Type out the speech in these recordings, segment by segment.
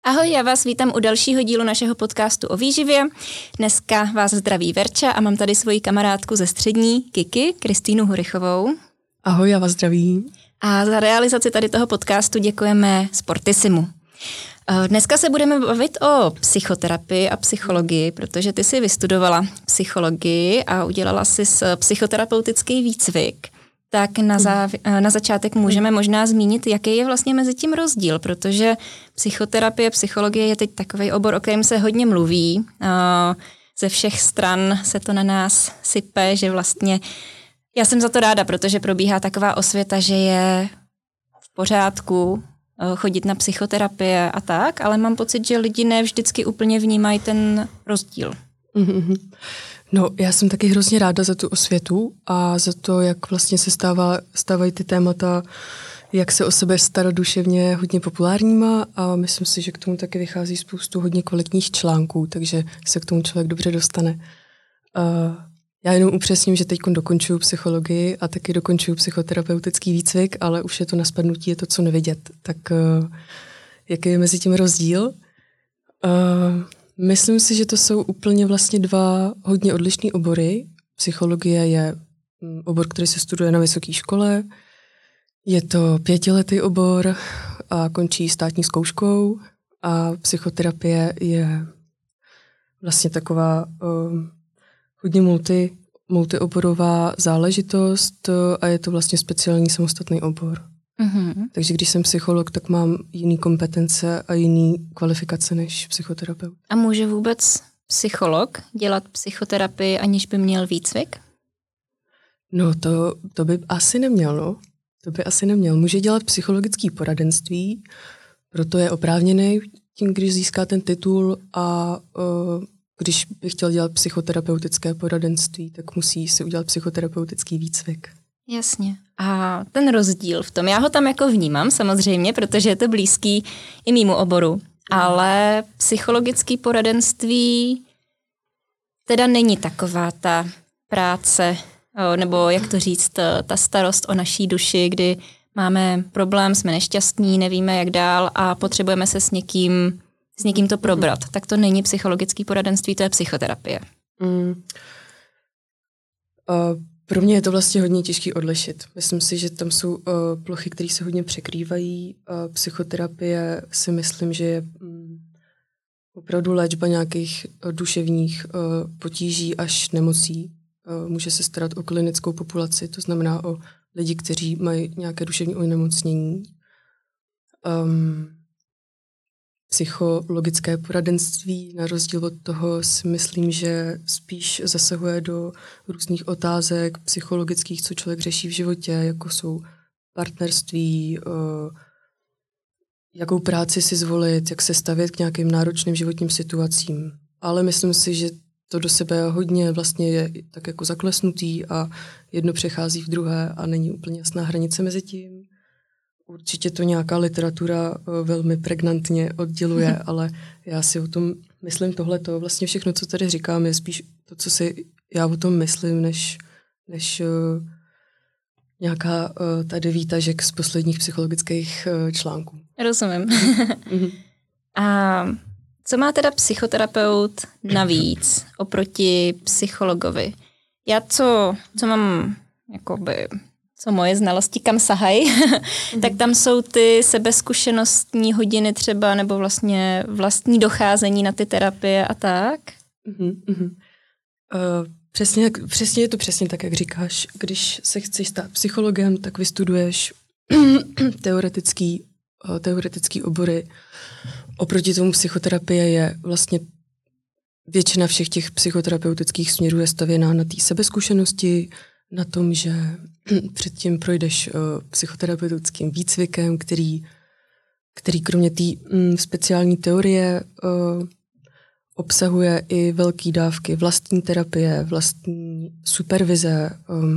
Ahoj, já vás vítám u dalšího dílu našeho podcastu o výživě. Dneska vás zdraví Verča a mám tady svoji kamarádku ze střední, Kiki, Kristýnu Hurychovou. Ahoj, já vás zdravím. A za realizaci tady toho podcastu děkujeme Sportisimu. Dneska se budeme bavit o psychoterapii a psychologii, protože ty jsi vystudovala psychologii a udělala jsi psychoterapeutický výcvik. Tak na začátek můžeme možná zmínit, jaký je vlastně mezi tím rozdíl, protože psychoterapie, psychologie je teď takový obor, o kterém se hodně mluví. Ze všech stran se to na nás sype, že vlastně já jsem za to ráda, protože probíhá taková osvěta, že je v pořádku chodit na psychoterapie a tak, ale mám pocit, že lidi ne vždycky úplně vnímají ten rozdíl. No, já jsem taky hrozně ráda za tu osvětu a za to, jak vlastně se stávají ty témata, jak se o sebe starat duševně hodně populárníma a myslím si, že k tomu taky vychází spoustu hodně kvalitních článků, takže se k tomu člověk dobře dostane. Já jenom upřesním, že teď dokončuju psychologii a taky dokončuju psychoterapeutický výcvik, ale už je to na spadnutí, je to co nevidět. Tak jaký je mezi tím rozdíl? Myslím si, že to jsou úplně vlastně dva hodně odlišné obory. Psychologie je obor, který se studuje na vysoké škole. Je to 5letý obor a končí státní zkouškou. A psychoterapie je vlastně taková hodně multioborová záležitost a je to vlastně speciální samostatný obor. Takže když jsem psycholog, tak mám jiný kompetence a jiný kvalifikace než psychoterapeut. A může vůbec psycholog dělat psychoterapii, aniž by měl výcvik? No to by asi neměl, no. To by asi neměl. Může dělat psychologické poradenství, proto je oprávněný tím, když získá ten titul a když by chtěl dělat psychoterapeutické poradenství, tak musí si udělat psychoterapeutický výcvik. Jasně. A ten rozdíl v tom, já ho tam jako vnímám samozřejmě, protože je to blízký i mýmu oboru, ale psychologické poradenství teda není taková ta práce, nebo jak to říct, ta starost o naší duši, kdy máme problém, jsme nešťastní, nevíme jak dál a potřebujeme se s někým to probrat. Tak to není psychologické poradenství, to je psychoterapie. Pro mě je to vlastně hodně těžké odlišit. Myslím si, že tam jsou plochy, které se hodně překrývají. Psychoterapie si myslím, že je opravdu léčba nějakých duševních potíží až nemocí. Může se starat o klinickou populaci, to znamená o lidi, kteří mají nějaké duševní onemocnění. Psychologické poradenství, na rozdíl od toho si myslím, že spíš zasahuje do různých otázek psychologických, co člověk řeší v životě, jako jsou partnerství, jakou práci si zvolit, jak se stavět k nějakým náročným životním situacím. Ale myslím si, že to do sebe hodně vlastně je tak jako zaklesnutý a jedno přechází v druhé a není úplně jasná hranice mezi tím. Určitě to nějaká literatura velmi pregnantně odděluje, ale já si o tom myslím tohleto. Vlastně všechno, co tady říkám, je spíš to, co si já o tom myslím, než nějaká tady výtažek z posledních psychologických článků. Rozumím. A co má teda psychoterapeut navíc oproti psychologovi? Já co mám jakoby... co moje znalosti kam sahají, tak tam jsou ty sebezkušenostní hodiny třeba, nebo vlastně vlastní docházení na ty terapie a tak. Přesně je to přesně tak, jak říkáš. Když se chceš stát psychologem, tak vystuduješ teoretický obory. Oproti tomu psychoterapie je vlastně většina všech těch psychoterapeutických směrů je stavěná na té sebezkušenosti, na tom, že předtím projdeš psychoterapeutickým výcvikem, který kromě té speciální teorie obsahuje i velké dávky vlastní terapie, vlastní supervize.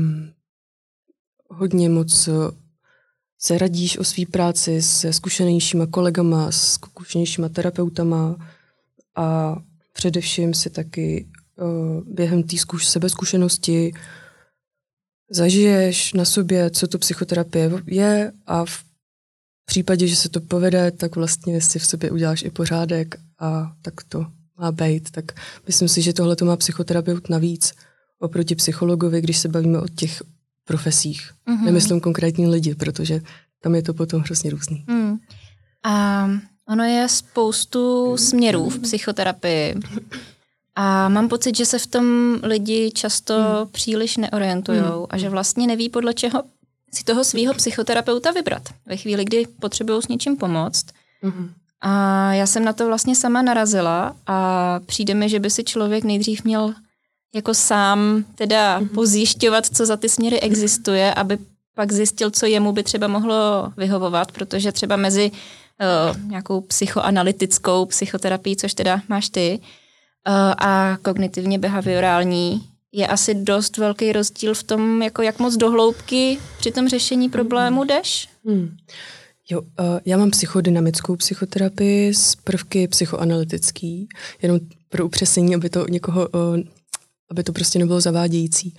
Hodně moc se radíš o své práci se zkušenějšíma kolegama, s zkušenějšíma terapeutama a především si taky během té sebezkušenosti zažiješ na sobě, co to psychoterapie je a v případě, že se to povede, tak vlastně si v sobě uděláš i pořádek a tak to má být. Tak myslím si, že tohle to má psychoterapeut navíc oproti psychologovi, když se bavíme o těch profesích. Nemyslím konkrétní lidi, protože tam je to potom hrozně různý. A ono je spoustu směrů v psychoterapii. A mám pocit, že se v tom lidi často příliš neorientujou a že vlastně neví, podle čeho si toho svýho psychoterapeuta vybrat. Ve chvíli, kdy potřebují s něčím pomoct. A já jsem na to vlastně sama narazila a přijde mi, že by si člověk nejdřív měl jako sám teda pozjišťovat, co za ty směry existuje, aby pak zjistil, co jemu by třeba mohlo vyhovovat, protože třeba mezi nějakou psychoanalytickou psychoterapii, což teda máš ty, a kognitivně behaviorální, je asi dost velký rozdíl v tom, jako jak moc do hloubky při tom řešení problému jdeš? Jo, já mám psychodynamickou psychoterapii s prvky psychoanalytický, jenom pro upřesnění, aby to někoho, aby to prostě nebylo zavádějící.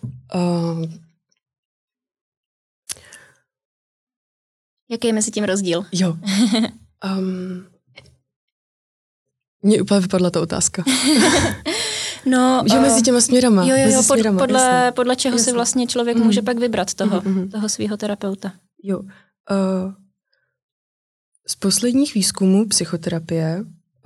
Jaký je mezi tím rozdíl? Jo. Mně úplně vypadla ta otázka. No, že mezi těma směrama. Jo, podle čeho si vlastně člověk může pak vybrat toho svého terapeuta. Jo. Z posledních výzkumů psychoterapie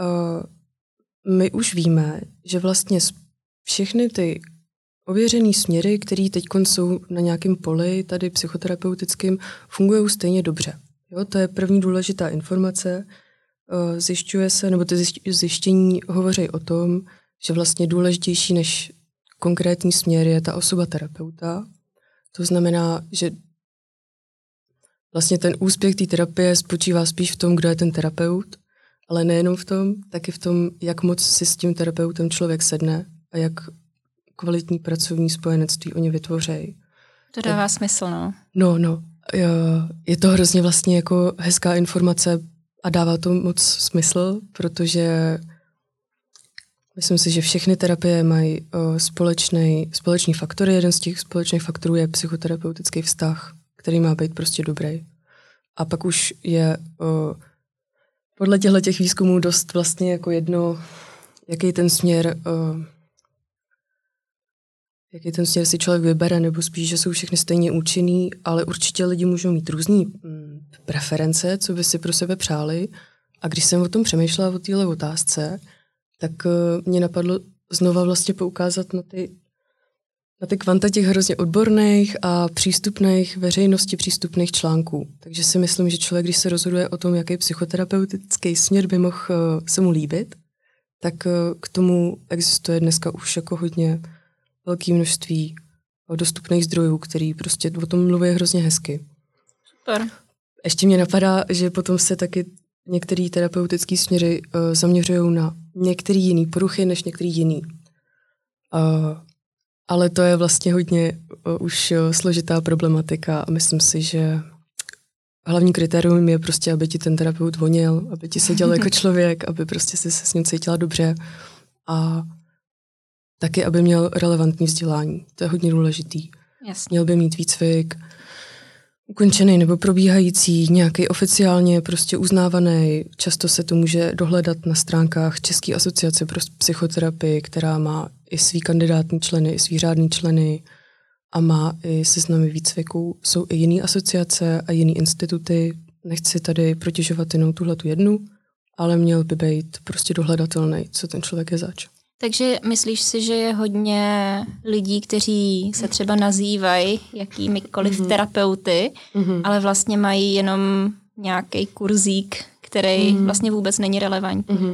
my už víme, že vlastně všechny ty ověřený směry, které teď jsou na nějakém poli, tady psychoterapeutickým, fungují stejně dobře. Jo, to je první důležitá informace. Zjišťuje se, nebo ty zjištění hovoří o tom, že vlastně důležitější než konkrétní směr je ta osoba terapeuta. To znamená, že vlastně ten úspěch té terapie spočívá spíš v tom, kdo je ten terapeut, ale nejenom v tom, taky v tom, jak moc si s tím terapeutem člověk sedne a jak kvalitní pracovní spojenectví oni vytvořejí. To dává smysl, no. No. Je to hrozně vlastně jako hezká informace a dává to moc smysl, protože myslím si, že všechny terapie mají společný faktor. Jeden z těch společných faktorů je psychoterapeutický vztah, který má být prostě dobrý. A pak už je podle těch výzkumů dost vlastně jako jedno, jaký ten směr si člověk vybere, nebo spíš, že jsou všechny stejně účinný, ale určitě lidi můžou mít různé preference, co by si pro sebe přáli. A když jsem o tom přemýšlela, o téhle otázce, tak mě napadlo znova vlastně poukázat na ty kvanta těch hrozně odborných a přístupných, veřejnosti přístupných článků. Takže si myslím, že člověk, když se rozhoduje o tom, jaký psychoterapeutický směr by mohl se mu líbit, tak k tomu existuje dneska už jako hodně velké množství dostupných zdrojů, který prostě o tom mluví hrozně hezky. Super. Ještě mě napadá, že potom se taky některé terapeutické směry zaměřují na některé jiné poruchy než některé jiný. Ale to je vlastně hodně už složitá problematika a myslím si, že hlavní kritérium je prostě, aby ti ten terapeut vonil, aby ti seděl jako člověk, aby prostě si se s ním cítila dobře a taky, aby měl relevantní vzdělání. To je hodně důležitý. Jasně. Měl by mít výcvik ukončený nebo probíhající, nějaký oficiálně prostě uznávaný. Často se to může dohledat na stránkách České asociace pro psychoterapii, která má i svý kandidátní členy, i svý řádný členy a má i seznamy výcviků. Jsou i jiné asociace a jiné instituty. Nechci tady protěžovat jenom tuhletu jednu, ale měl by být prostě dohledatelný, co ten člověk je zač. Takže myslíš si, že je hodně lidí, kteří se třeba nazývají jakýmikoliv terapeuty, ale vlastně mají jenom nějaký kurzík, který vlastně vůbec není relevantní?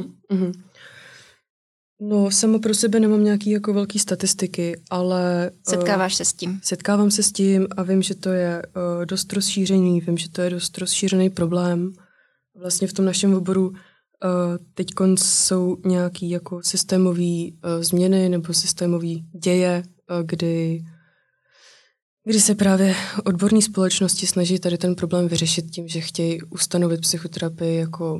No, sama pro sebe nemám nějaký jako velký statistiky, ale... Setkáváš se s tím? Setkávám se s tím a vím, že to je dost rozšířený, vím, že to je dost rozšířený problém. Vlastně v tom našem oboru teď jsou nějaký jako systémové změny nebo systémové děje, kdy se právě odborné společnosti snaží tady ten problém vyřešit tím, že chtějí ustanovit psychoterapii jako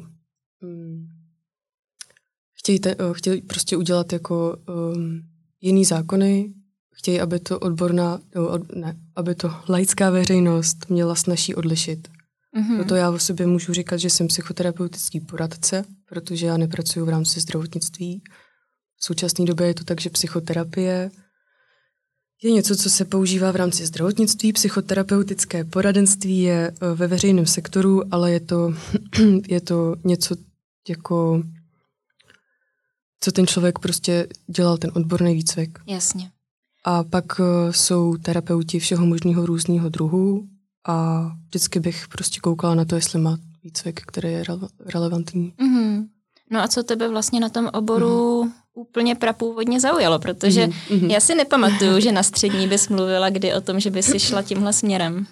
chtějí prostě udělat jako jiný zákony, chtějí, aby to laická veřejnost měla snazší odlišit. Proto já o sobě můžu říkat, že jsem psychoterapeutický poradce, protože já nepracuji v rámci zdravotnictví. V současné době je to tak, že psychoterapie je něco, co se používá v rámci zdravotnictví. Psychoterapeutické poradenství je ve veřejném sektoru, ale je to něco jako, co ten člověk prostě dělal, ten odborný výcvik. Jasně. A pak jsou terapeuti všeho možného různého druhu a vždycky bych prostě koukala na to, jestli má výcvik, který je relevantní. No a co tebe vlastně na tom oboru úplně prapůvodně zaujalo? Protože já si nepamatuju, že na střední bys mluvila kdy o tom, že by si šla tímhle směrem.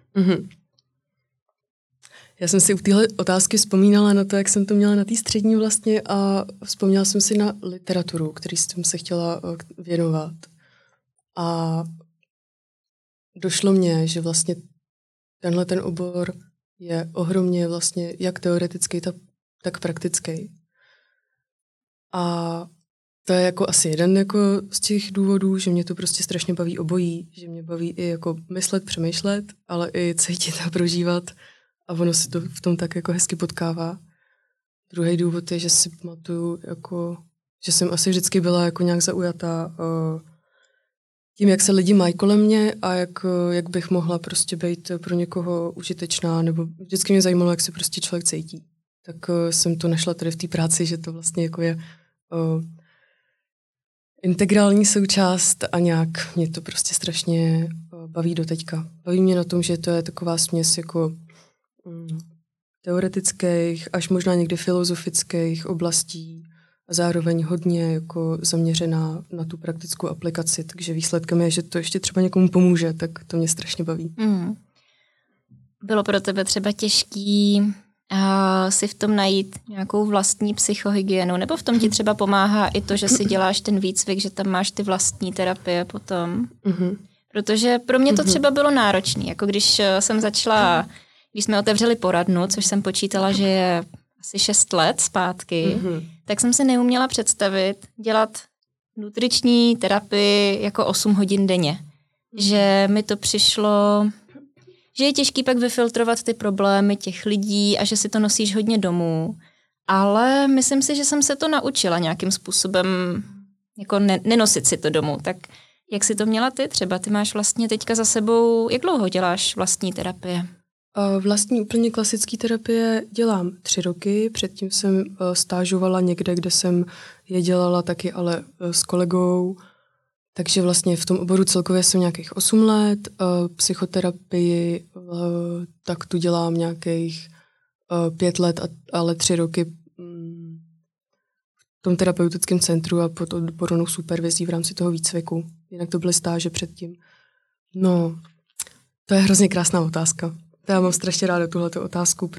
Já jsem si u téhle otázky vzpomínala na to, jak jsem to měla na té střední vlastně a vzpomněla jsem si na literaturu, který jsem se chtěla věnovat. A došlo mně, že vlastně tenhle ten obor je ohromně vlastně jak teoretický, tak praktický. A to je jako asi jeden jako z těch důvodů, že mě to prostě strašně baví obojí, že mě baví i jako myslet, přemýšlet, ale i cítit a prožívat a ono se to v tom tak jako hezky potkává. Druhý důvod je, že si pamatuju, jako, že jsem asi vždycky byla jako nějak zaujatá tím, jak se lidi mají kolem mě a jak bych mohla prostě být pro někoho užitečná, nebo vždycky mě zajímalo, jak se prostě člověk cítí. Tak jsem to našla tady v té práci, že to vlastně jako je integrální součást a nějak mě to prostě strašně baví do teďka. Baví mě na tom, že to je taková směs jako teoretických, až možná někdy filozofických oblastí a zároveň hodně jako zaměřená na tu praktickou aplikaci, takže výsledkem je, že to ještě třeba někomu pomůže, tak to mě strašně baví. Bylo pro tebe třeba těžký si v tom najít nějakou vlastní psychohygienu, nebo v tom ti třeba pomáhá i to, že si děláš ten výcvik, že tam máš ty vlastní terapie potom? Protože pro mě to třeba bylo náročné, jako když jsem začala, když jsme otevřeli poradnu, což jsem počítala, že je asi 6 let zpátky, tak jsem si neuměla představit dělat nutriční terapii jako 8 hodin denně. Že mi to přišlo, že je těžký pak vyfiltrovat ty problémy těch lidí a že si to nosíš hodně domů. Ale myslím si, že jsem se to naučila nějakým způsobem jako nenosit si to domů. Tak jak jsi to měla ty? Třeba ty máš vlastně teďka za sebou, jak dlouho děláš vlastní terapie? Vlastní úplně klasické terapie dělám 3 roky. Předtím jsem stážovala někde, kde jsem je dělala taky, ale s kolegou. Takže vlastně v tom oboru celkově jsem nějakých 8 let. Psychoterapii tak tu dělám nějakých 5 let, ale 3 roky v tom terapeutickém centru a pod odbornou supervizí v rámci toho výcviku. Jinak to byly stáže předtím. No, to je hrozně krásná otázka. Já mám strašně ráda tuhletu otázku,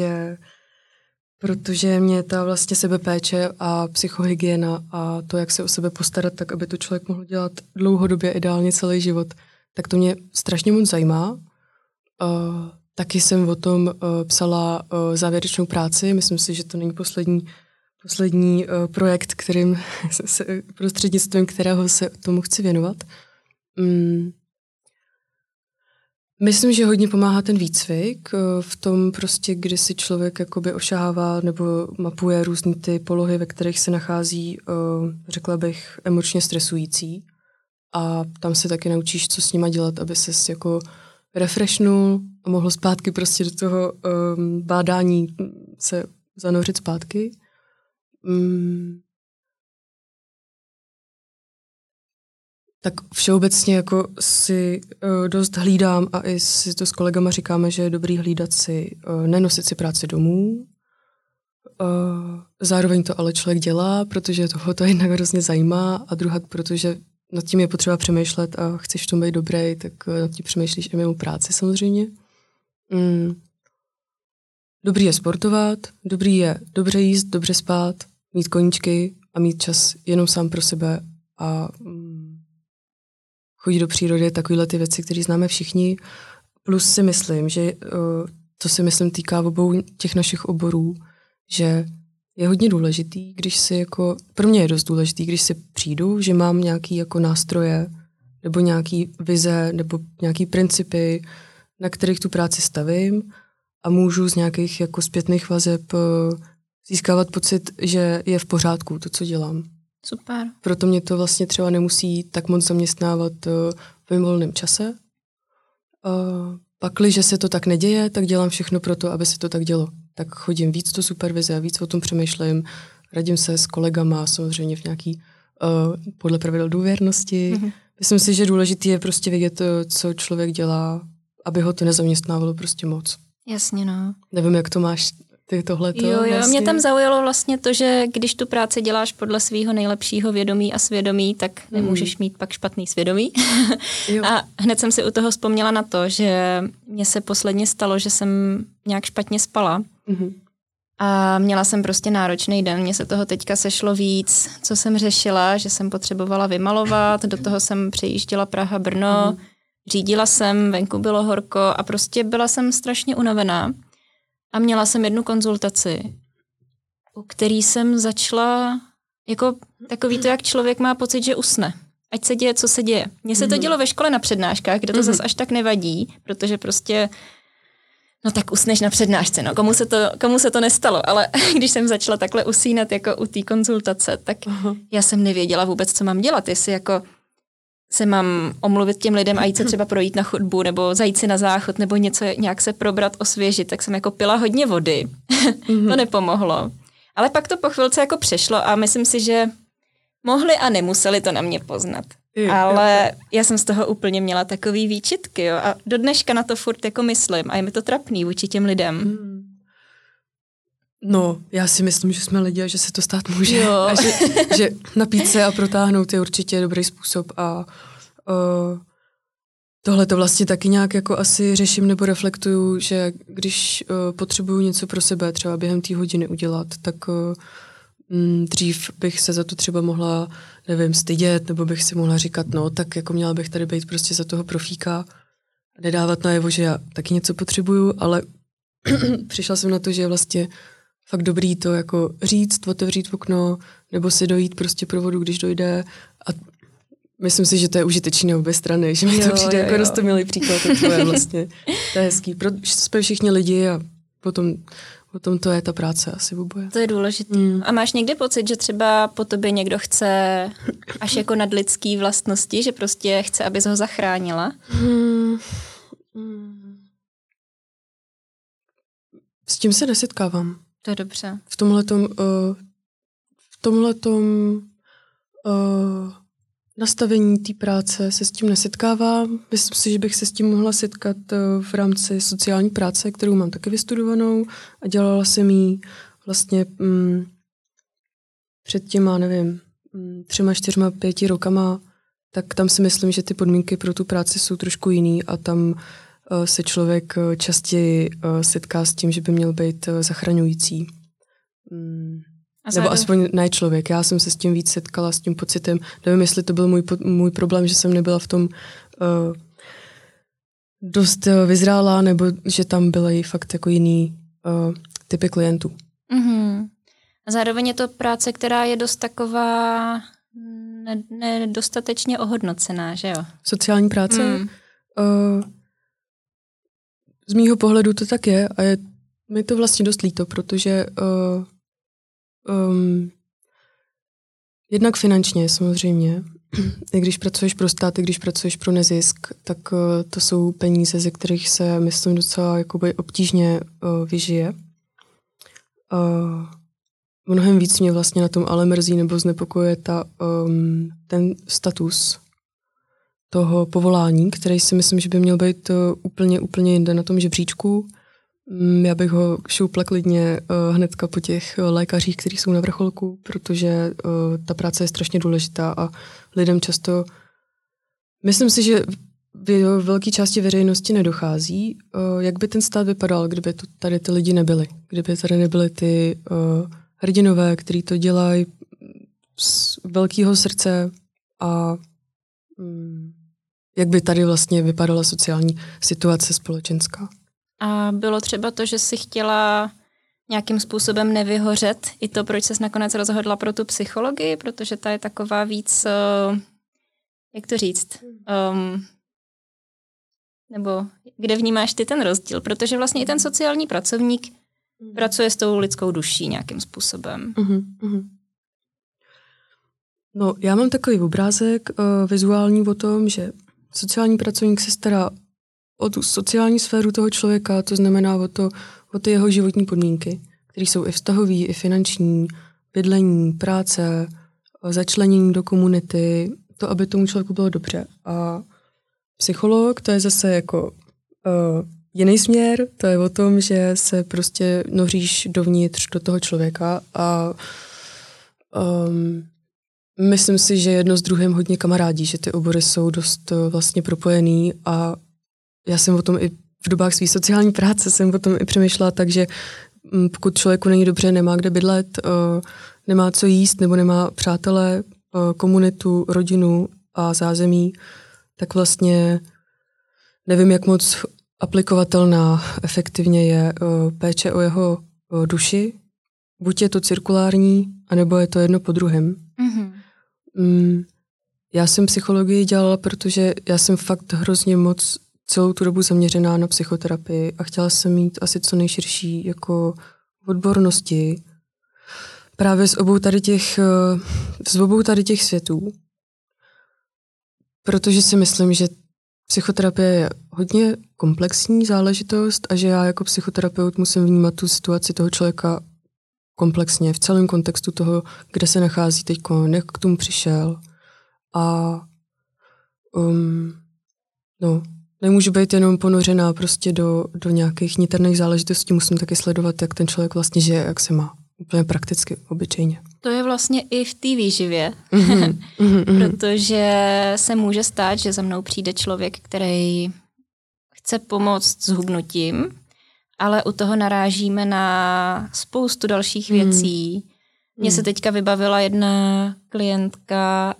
protože mě ta vlastně sebepéče a psychohygiena a to, jak se o sebe postarat, tak aby to člověk mohl dělat dlouhodobě, ideálně celý život, tak to mě strašně moc zajímá. Taky jsem o tom psala závěrečnou práci. Myslím si, že to není poslední projekt, prostřednictvím kterého se tomu chci věnovat. Myslím, že hodně pomáhá ten výcvik v tom prostě, kdy si člověk jakoby ošahává nebo mapuje různý ty polohy, ve kterých se nachází, řekla bych, emočně stresující. A tam se taky naučíš, co s nima dělat, aby ses jako refreshnul a mohl zpátky prostě do toho bádání se zanořit zpátky. Tak všeobecně jako si dost hlídám a i si to s kolegama říkáme, že je dobrý hlídat si, nenosit si práci domů. Zároveň to ale člověk dělá, protože toho to jednak hrozně zajímá a druhá, protože nad tím je potřeba přemýšlet a chceš v tom být dobrý, tak nad tím přemýšlíš i mimo práci samozřejmě. Dobrý je sportovat, dobrý je dobře jíst, dobře spát, mít koníčky a mít čas jenom sám pro sebe a chodit do přírody, takovéhle ty věci, které známe všichni. Plus si myslím, že to se myslím týká obou těch našich oborů, že je hodně důležitý, když si jako, pro mě je dost důležitý, když si přijdu, že mám nějaký jako nástroje, nebo nějaký vize, nebo nějaký principy, na kterých tu práci stavím a můžu z nějakých jako zpětných vazeb získávat pocit, že je v pořádku to, co dělám. Super. Proto mě to vlastně třeba nemusí tak moc zaměstnávat v mém volném čase. Pakliže se to tak neděje, tak dělám všechno pro to, aby se to tak dělo. Tak chodím víc do supervize, víc o tom přemýšlím, radím se s kolegama, samozřejmě v nějaký podle pravidel důvěrnosti. Mm-hmm. Myslím si, že důležitý je prostě vědět, co člověk dělá, aby ho to nezaměstnávalo prostě moc. Jasně, no. Nevím, jak to máš ty tohleto. Jo, vlastně. Mě tam zaujalo vlastně to, že když tu práci děláš podle svého nejlepšího vědomí a svědomí, tak nemůžeš mít pak špatný svědomí. A hned jsem si u toho vzpomněla na to, že mně se posledně stalo, že jsem nějak špatně spala. Mm-hmm. A měla jsem prostě náročný den, mně se toho teďka sešlo víc, co jsem řešila, že jsem potřebovala vymalovat, do toho jsem přejížděla Praha-Brno, řídila jsem, venku bylo horko a prostě byla jsem strašně unavená. A měla jsem jednu konzultaci, u který jsem začala, jako takový to, jak člověk má pocit, že usne. Ať se děje, co se děje. Mně se to dělo ve škole na přednáškách, kde to zas až tak nevadí, protože prostě no tak usneš na přednášce, no komu se to nestalo, ale když jsem začala takhle usínat jako u té konzultace, tak já jsem nevěděla vůbec, co mám dělat, jestli jako se mám omluvit těm lidem a jít se třeba projít na chodbu nebo zajít si na záchod nebo něco, nějak se probrat, osvěžit, tak jsem jako pila hodně vody. To nepomohlo. Ale pak to po chvilce jako přešlo a myslím si, že mohli a nemuseli to na mě poznat. Ale já jsem z toho úplně měla takový výčitky, jo, a do dneška na to furt jako myslím a je mi to trapný vůči těm lidem. No, já si myslím, že jsme lidi a že se to stát může. A že napít se a protáhnout je určitě dobrý způsob a tohle to vlastně taky nějak jako asi řeším nebo reflektuju, že když potřebuju něco pro sebe třeba během té hodiny udělat, tak dřív bych se za to třeba mohla, nevím, stydět, nebo bych si mohla říkat, no, tak jako měla bych tady být prostě za toho profíka a nedávat najevo, že já taky něco potřebuju, ale přišla jsem na to, že je vlastně fakt dobrý to jako říct, otevřít okno, nebo si dojít prostě pro vodu, když dojde a myslím si, že to je užitečné na obě strany, že mi to přijde jako roztomilý příklad, to je vlastně, to je hezký. Jsme všichni lidi a potom to je ta práce asi oboje. To je důležité. A máš někdy pocit, že třeba po tobě někdo chce až jako nadlidský vlastnosti, že prostě chce, abys ho zachránila? S tím se nesetkávám. To je dobře. V tomhletom nastavení té práce se s tím nesetkávám. Myslím si, že bych se s tím mohla setkat v rámci sociální práce, kterou mám taky vystudovanou a dělala jsem ji vlastně před těma, nevím, 3, 4, 5 rokama, tak tam si myslím, že ty podmínky pro tu práci jsou trošku jiný a tam se člověk častěji setká s tím, že by měl být zachraňující. Nebo aspoň ne člověk. Já jsem se s tím víc setkala, s tím pocitem. Nevím, jestli to byl můj problém, že jsem nebyla v tom dost vyzrálá, nebo že tam byly fakt jako jiný typy klientů. A zároveň je to práce, která je dost taková nedostatečně ohodnocená, že jo? Sociální práce? Z mýho pohledu to tak je a je mi to vlastně dost líto, protože jednak finančně samozřejmě, i když pracuješ pro stát, i když pracuješ pro nezisk, tak to jsou peníze, ze kterých se, myslím, docela jakoby obtížně vyžije. Mnohem víc mě vlastně na tom ale mrzí nebo znepokojuje ten status toho povolání, který si myslím, že by měl být úplně jinde na tom žebříčku. Já bych ho šoupla klidně hnedka po těch lékařích, kteří jsou na vrcholku, protože ta práce je strašně důležitá a lidem často, myslím si, že v velké části veřejnosti nedochází, jak by ten stát vypadal, kdyby tady ty lidi nebyli. Kdyby tady nebyly ty hrdinové, kteří to dělají z velkého srdce a jak by tady vlastně vypadala sociální situace společenská. A bylo třeba to, že jsi chtěla nějakým způsobem nevyhořet, i to, proč ses nakonec rozhodla pro tu psychologii, protože ta je taková víc, jak to říct, Nebo kde vnímáš ty ten rozdíl? Protože vlastně i ten sociální pracovník pracuje s tou lidskou duší nějakým způsobem. No, já mám takový obrázek vizuální o tom, že sociální pracovník se stará o tu sociální sféru toho člověka, to znamená o ty jeho životní podmínky, které jsou i vztahové, i finanční, bydlení, práce, začlenění do komunity, to, aby tomu člověku bylo dobře. A psycholog, to je zase jako jiný směr, to je o tom, že se prostě noříš dovnitř do toho člověka a myslím si, že jedno s druhým hodně kamarádí, že ty obory jsou dost vlastně propojený a já jsem o tom i v dobách své sociální práce jsem o tom i přemýšlela, takže pokud člověku není dobře, nemá kde bydlet, nemá co jíst nebo nemá přátele, komunitu, rodinu a zázemí, tak vlastně nevím, jak moc aplikovatelná efektivně je péče o jeho duši. Buď je to cirkulární, anebo je to jedno po druhém. Já jsem psychologii dělala, protože já jsem fakt hrozně moc celou tu dobu zaměřená na psychoterapii a chtěla jsem mít asi co nejširší jako odbornosti právě z obou tady těch světů. Protože si myslím, že psychoterapie je hodně komplexní záležitost a že já jako psychoterapeut musím vnímat tu situaci toho člověka komplexně, v celém kontextu toho, kde se nachází teď, jak k tomu přišel. A nemůžu být jenom ponořená prostě do nějakých niterných záležitostí, musím taky sledovat, jak ten člověk vlastně žije, jak se má. Úplně prakticky, obyčejně. To je vlastně i v té výživě, protože se může stát, že za mnou přijde člověk, který chce pomoct s hubnutím, ale u toho narážíme na spoustu dalších věcí. Mně se teďka vybavila jedna klientka,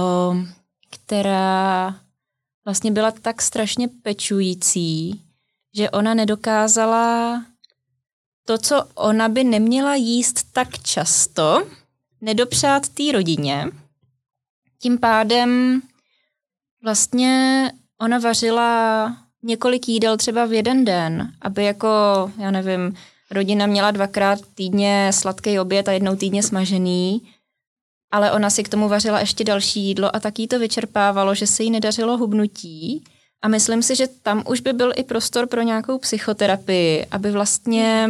která vlastně byla tak strašně pečující, že ona nedokázala to, co ona by neměla jíst tak často, nedopřát té rodině. Tím pádem vlastně ona vařila několik jídel třeba v jeden den, aby jako, já nevím, rodina měla 2krát týdně sladký oběd a jednou týdně smažený, ale ona si k tomu vařila ještě další jídlo a tak jí to vyčerpávalo, že se jí nedařilo hubnutí. A myslím si, že tam už by byl i prostor pro nějakou psychoterapii, aby vlastně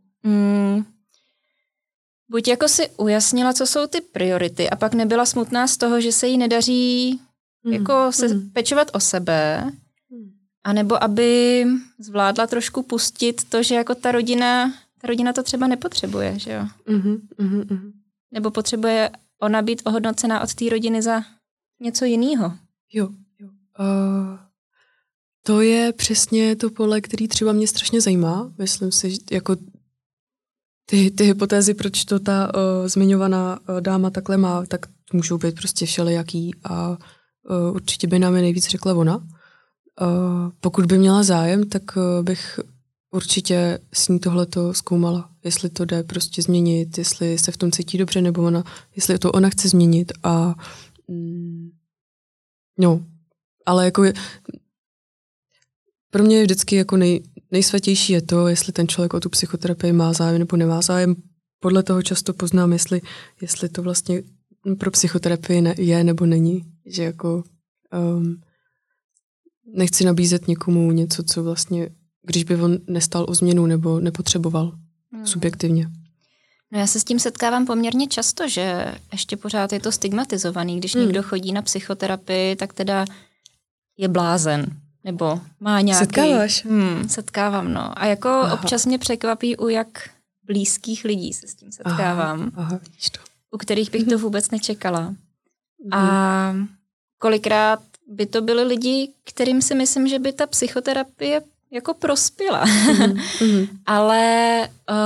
buď jako si ujasnila, co jsou ty priority a pak nebyla smutná z toho, že se jí nedaří jako se pečovat o sebe, anebo aby zvládla trošku pustit to, že jako ta rodina to třeba nepotřebuje, že jo? Nebo potřebuje ona být ohodnocená od té rodiny za něco jiného. Jo. To je přesně to pole, který třeba mě strašně zajímá. Myslím si, že jako ty hypotézy, proč to ta zmiňovaná dáma takhle má, tak můžou být prostě všelijaký a určitě by nám je nejvíc řekla ona. Pokud by měla zájem, tak bych určitě s ní tohleto zkoumala, jestli to jde prostě změnit, jestli se v tom cítí dobře, nebo jestli to ona chce změnit a ale jako pro mě vždycky jako nejsvatější je to, jestli ten člověk o tu psychoterapii má zájem nebo nemá zájem. Podle toho často poznám, jestli to vlastně pro psychoterapii je nebo není. Že jako nechci nabízet někomu něco, co vlastně, když by on nestal o změnu nebo nepotřeboval subjektivně. No já se s tím setkávám poměrně často, že ještě pořád je to stigmatizovaný. Když někdo chodí na psychoterapii, tak teda je blázen. Nebo má nějaký... Setkáváš? Setkávám, no. A jako občas mě překvapí, u jak blízkých lidí se s tím setkávám. Vidíš to. U kterých bych to vůbec nečekala. A kolikrát by to byly lidi, kterým si myslím, že by ta psychoterapie jako prospěla. Ale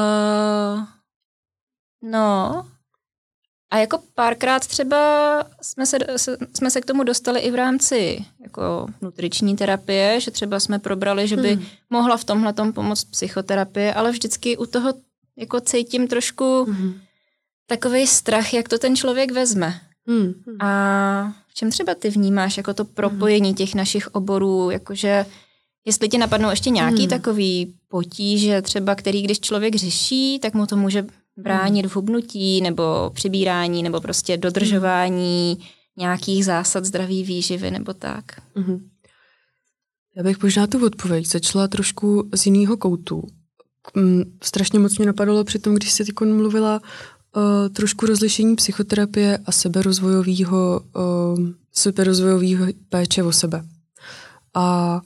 a jako párkrát třeba jsme se k tomu dostali i v rámci jako nutriční terapie, že třeba jsme probrali, že by mohla v tomhletom pomoct psychoterapie, ale vždycky u toho jako cítím trošku takovej strach, jak to ten člověk vezme. A v čem třeba ty vnímáš jako to propojení těch našich oborů, jakože Jestli ti napadnou ještě nějaký takový potíže, třeba který když člověk řeší, tak mu to může bránit v hubnutí nebo přibírání nebo prostě dodržování nějakých zásad zdraví výživy nebo tak. Já bych možná tu odpověď začala trošku z jiného koutu. Strašně moc mě napadalo při tom, když jsi teď mluvila trošku rozlišení psychoterapie a seberozvojového péče o sebe. A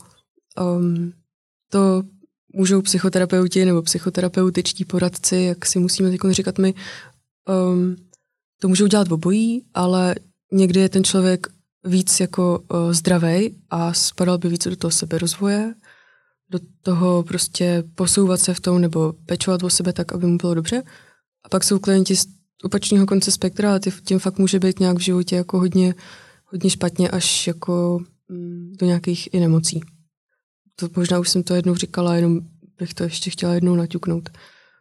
to můžou psychoterapeuti nebo psychoterapeutičtí poradci, jak si musíme teď říkat my, to můžou dělat obojí, ale někdy je ten člověk víc jako zdravej a spadal by víc do toho seberozvoje, do toho prostě posouvat se v tom nebo pečovat o sebe tak, aby mu bylo dobře. A pak jsou klienti z opačného konce spektra a tím fakt může být nějak v životě jako hodně špatně až jako do nějakých i nemocí. To možná už jsem to jednou říkala, jenom bych to ještě chtěla jednou naťuknout.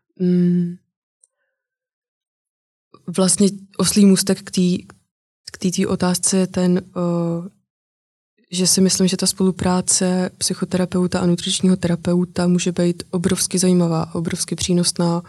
Vlastně oslý můstek k té otázce je ten, že si myslím, že ta spolupráce psychoterapeuta a nutričního terapeuta může být obrovsky zajímavá, obrovsky přínosná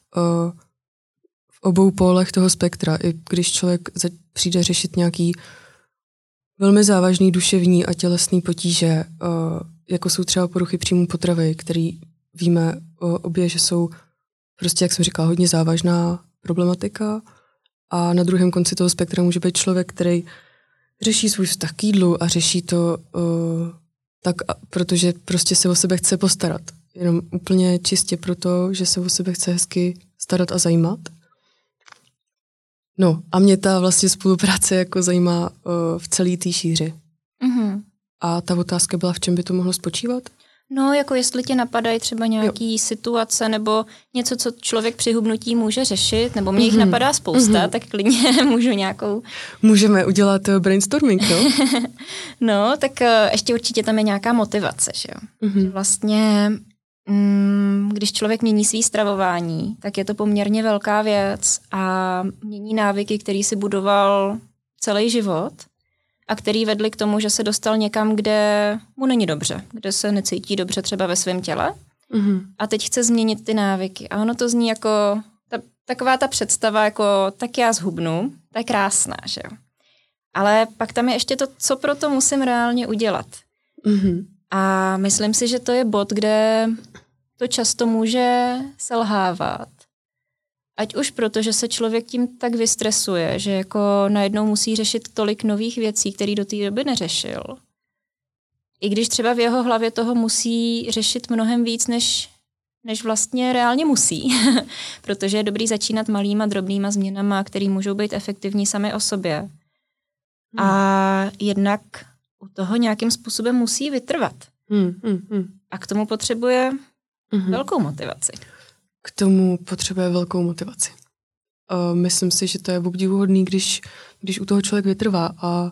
v obou pólech toho spektra. I když člověk přijde řešit nějaký velmi závažný duševní a tělesný potíže, jako jsou třeba poruchy příjmu potravy, který víme obě, že jsou prostě, jak jsem říkala, hodně závažná problematika. A na druhém konci toho spektra může být člověk, který řeší svůj vztah k jídlu a řeší to tak, protože prostě se o sebe chce postarat. Jenom úplně čistě proto, že se o sebe chce hezky starat a zajímat. No a mě ta vlastně spolupráce jako zajímá v celé té šíři. A ta otázka byla, v čem by to mohlo spočívat? No, jako jestli tě napadají třeba nějaký situace nebo něco, co člověk při hubnutí může řešit, nebo mě jich napadá spousta, tak klidně můžu nějakou... Můžeme udělat brainstorming, no? No, tak ještě určitě tam je nějaká motivace, že jo? Že vlastně, když člověk mění svý stravování, tak je to poměrně velká věc a mění návyky, který si budoval celý život a který vedli k tomu, že se dostal někam, kde mu není dobře, kde se necítí dobře třeba ve svém těle a teď chce změnit ty návyky. A ono to zní jako taková ta představa, jako tak já zhubnu, to je krásná, že jo. Ale pak tam je ještě to, co pro to musím reálně udělat. A myslím si, že to je bod, kde to často může selhávat. Ať už proto, že se člověk tím tak vystresuje, že jako najednou musí řešit tolik nových věcí, které do té doby neřešil. I když třeba v jeho hlavě toho musí řešit mnohem víc, než vlastně reálně musí. Protože je dobrý začínat malýma, drobnýma změnama, které můžou být efektivní sami o sobě. A jednak u toho nějakým způsobem musí vytrvat. A k tomu potřebuje velkou motivaci. K tomu potřebuje velkou motivaci. Myslím si, že to je obdivuhodný, když u toho člověk vytrvá. A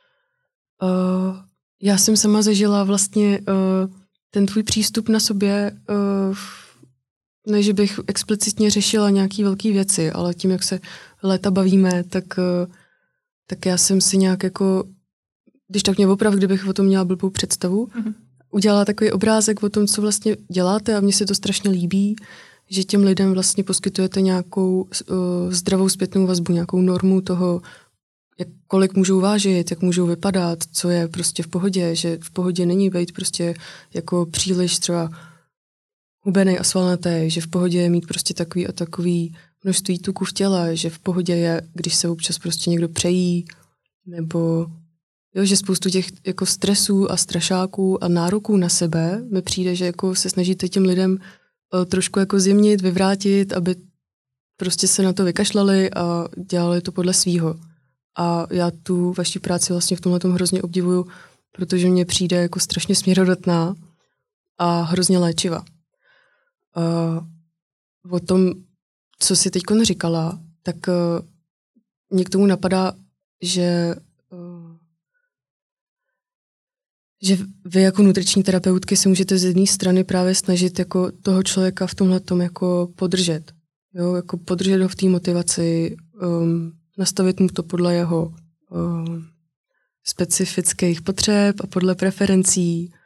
já jsem sama zažila vlastně ten tvůj přístup na sobě, ne, že bych explicitně řešila nějaký velké věci, ale tím, jak se léta bavíme, tak já jsem si nějak jako, když tak mě oprav, kdybych o tom měla blbou představu, udělala takový obrázek o tom, co vlastně děláte a mně se to strašně líbí, že těm lidem vlastně poskytujete nějakou zdravou zpětnou vazbu, nějakou normu toho, kolik můžou vážit, jak můžou vypadat, co je prostě v pohodě, že v pohodě není být prostě jako příliš třeba hubenej a svalnatý, že v pohodě je mít prostě takový a takový množství tuku v těle, že v pohodě je, když se občas prostě někdo přejí, nebo jo, že spoustu těch jako stresů a strašáků a nároků na sebe mi přijde, že jako se snažíte těm lidem trošku jako zjemnit, vyvrátit, aby prostě se na to vykašlali a dělali to podle svýho. A já tu vaši práci vlastně v tomhletom hrozně obdivuju, protože mně přijde jako strašně směrodatná a hrozně léčiva. O tom, co jsi teďko říkala, tak mě k tomu napadá, že vy jako nutriční terapeutky se můžete z jedné strany právě snažit jako toho člověka v tomhletom jako podržet. Jo, jako podržet ho v té motivaci, nastavit mu to podle jeho specifických potřeb a podle preferencí,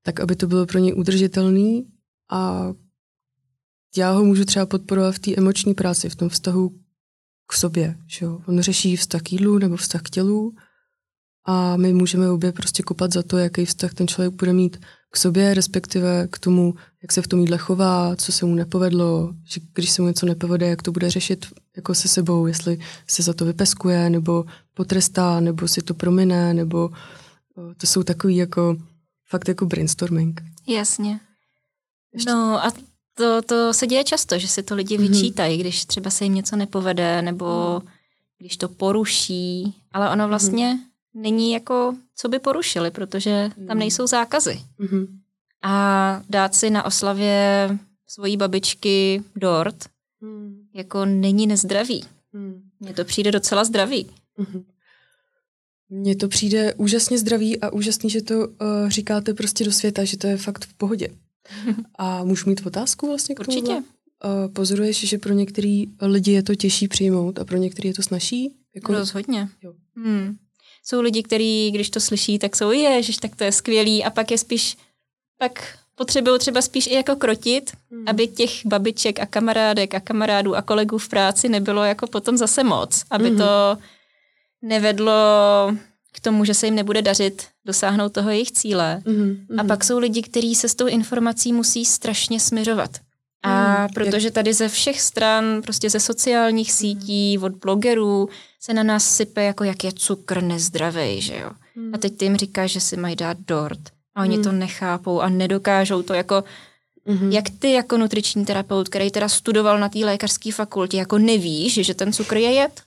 tak aby to bylo pro něj udržitelný a já ho můžu třeba podporovat v té emoční práci, v tom vztahu k sobě. Že jo? On řeší vztah k jídlu nebo vztah k tělu a my můžeme obě prostě kopat za to, jaký vztah ten člověk bude mít k sobě, respektive k tomu, jak se v tom jídle chová, co se mu nepovedlo, že když se mu něco nepovede, jak to bude řešit jako se sebou, jestli se za to vypeskuje, nebo potrestá, nebo si to promine, nebo to jsou takový jako fakt jako brainstorming. Jasně. No a to se děje často, že si to lidi vyčítají, když třeba se jim něco nepovede, nebo když to poruší, ale ono vlastně není jako, co by porušili, protože tam nejsou zákazy. A dát si na oslavě svojí babičky dort jako není nezdravý. Mně to přijde docela zdravý. Mně to přijde úžasně zdravý a úžasný, že to říkáte prostě do světa, že to je fakt v pohodě. A můžu mít otázku vlastně k tomu? Určitě. Pozoruješ, že pro některý lidi je to těžší přijmout a pro některý je to snazší? Jako... Rozhodně. Jo. Jsou lidi, kteří, když to slyší, tak jsou, ježiš, tak to je skvělý a pak je spíš, pak potřebují třeba spíš i jako krotit, aby těch babiček a kamarádek a kamarádů a kolegů v práci nebylo jako potom zase moc, aby to nevedlo k tomu, že se jim nebude dařit dosáhnout toho jejich cíle. A pak jsou lidi, kteří se s tou informací musí strašně smiřovat. A protože tady ze všech stran, prostě ze sociálních sítí, od blogerů, se na nás sype, jako jak je cukr nezdravej, že jo. A teď ty jim říkáš, že si mají dát dort. A oni to nechápou a nedokážou to jako, jak ty jako nutriční terapeut, který teda studoval na té lékařské fakultě, jako nevíš, že ten cukr je jed?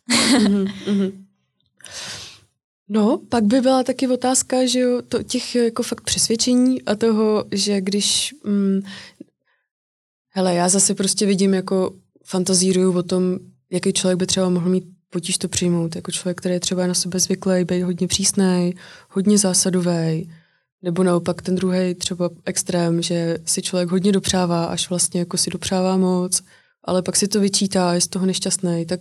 No, pak by byla taky otázka, že jo, těch jako fakt přesvědčení a toho, že když... hele, já zase prostě vidím, jako fantazíruju o tom, jaký člověk by třeba mohl mít potíž to přijmout. Jako člověk, který je třeba na sebe zvyklý, být hodně přísnej, hodně zásadový, nebo naopak ten druhý třeba extrém, že si člověk hodně dopřává, až vlastně jako si dopřává moc, ale pak si to vyčítá, je z toho nešťastný, tak...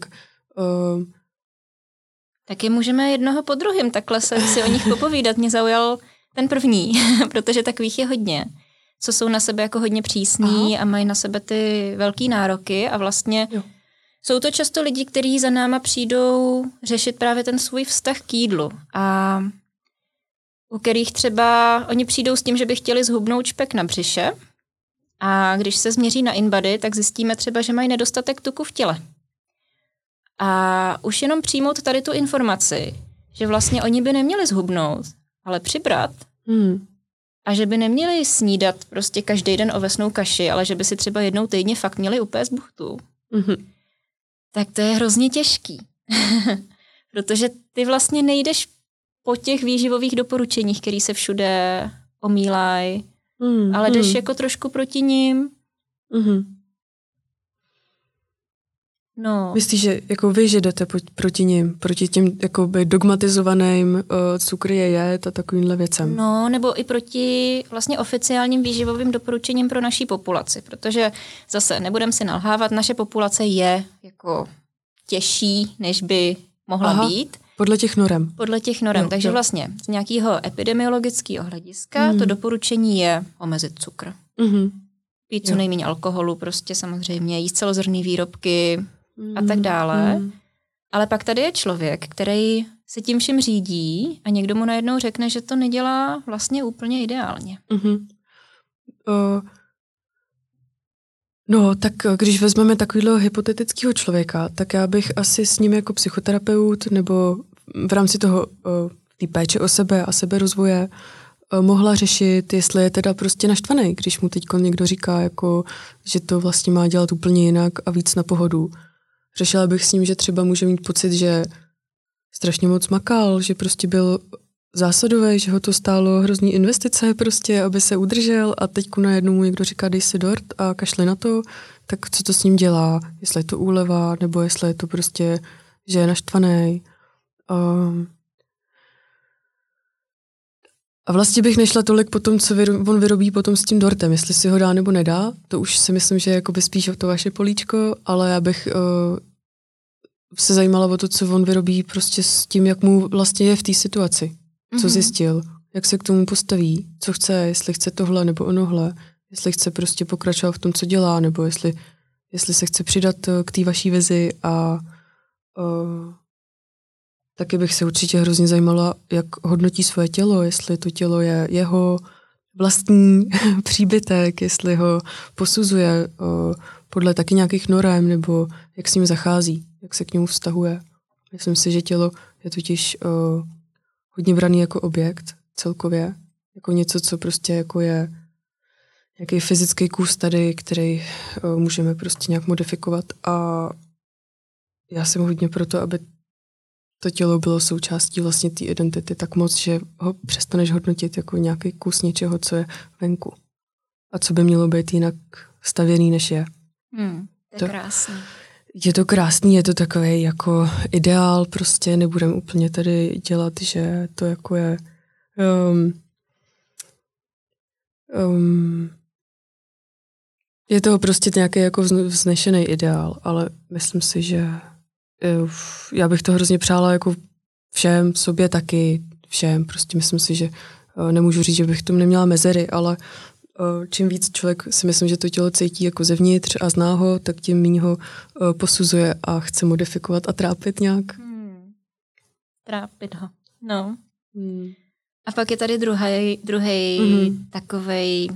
Taky můžeme jednoho po druhém takhle si o nich popovídat. Mě zaujal ten první, protože takových je hodně, co jsou na sebe jako hodně přísní a mají na sebe ty velký nároky a vlastně jsou to často lidi, kteří za náma přijdou řešit právě ten svůj vztah k jídlu a u kterých třeba oni přijdou s tím, že by chtěli zhubnout špek na břiše a když se změří na InBody, tak zjistíme třeba, že mají nedostatek tuku v těle. A už jenom přijmout tady tu informaci, že vlastně oni by neměli zhubnout, ale přibrat a že by neměli snídat prostě každý den ovesnou kaši, ale že by si třeba jednou týdně fakt měli upéct buchtu. Tak to je hrozně těžký. Protože ty vlastně nejdeš po těch výživových doporučeních, které se všude omílají, ale jdeš jako trošku proti ním. No. Myslíš, že jako vy, že jdete proti nim, proti těm jakoby dogmatizovaným cukr je jet a takovýmhle věcem? No, nebo i proti vlastně oficiálním výživovým doporučením pro naší populaci, protože zase nebudem si nalhávat, naše populace je jako těžší, než by mohla být. Podle těch norem. Podle těch norem, takže vlastně z nějakého epidemiologického hlediska to doporučení je omezit cukr. Pít co nejméně alkoholu, prostě samozřejmě, jíst celozrnné výrobky a tak dále. Ale pak tady je člověk, který se tím vším řídí a někdo mu najednou řekne, že to nedělá vlastně úplně ideálně. No, tak když vezmeme takovýhle hypotetického člověka, tak já bych asi s ním jako psychoterapeut nebo v rámci toho té péče o sebe a seberozvoje mohla řešit, jestli je teda prostě naštvaný, když mu teď někdo říká, jako, že to vlastně má dělat úplně jinak a víc na pohodu. Řešila bych s ním, že třeba může mít pocit, že strašně moc makal, že prostě byl zásadový, že ho to stálo hrozný investice prostě, aby se udržel a teďku najednou mu někdo říká, dej si dort a kašli na to, tak co to s ním dělá? Jestli je to úleva, nebo jestli je to prostě, že je naštvaný. A vlastně bych nešla tolik po tom, co on vyrobí potom s tím dortem, jestli si ho dá nebo nedá, to už si myslím, že je jakoby spíš to vaše políčko, ale já bych se zajímala o to, co on vyrobí prostě s tím, jak mu vlastně je v té situaci, co zjistil, jak se k tomu postaví, co chce, jestli chce tohle nebo onohle, jestli chce prostě pokračovat v tom, co dělá, nebo jestli se chce přidat k té vaší vizi a taky bych se určitě hrozně zajímala, jak hodnotí svoje tělo, jestli to tělo je jeho vlastní příbytek, jestli ho posuzuje podle taky nějakých norem, nebo jak s ním zachází, jak se k němu vztahuje. Myslím si, že tělo je totiž hodně braný jako objekt celkově, jako něco, co prostě jako je nějaký fyzický kus tady, který můžeme prostě nějak modifikovat a já jsem hodně proto, aby to tělo bylo součástí vlastně té identity tak moc, že ho přestaneš hodnotit jako nějaký kus něčeho, co je venku. A co by mělo být jinak stavěný, než je. To je krásný. Je to krásný, je to takový jako ideál, prostě nebudem úplně tady dělat, že to jako je je to prostě nějaký jako vznešený ideál, ale myslím si, že já bych to hrozně přála jako všem, sobě taky, všem. Prostě myslím si, že nemůžu říct, že bych tom neměla mezery, ale čím víc člověk si myslím, že to tělo cítí jako zevnitř a zná ho, tak tím méně ho posuzuje a chce modifikovat a trápit nějak. Trápit ho, no. A pak je tady druhý takovej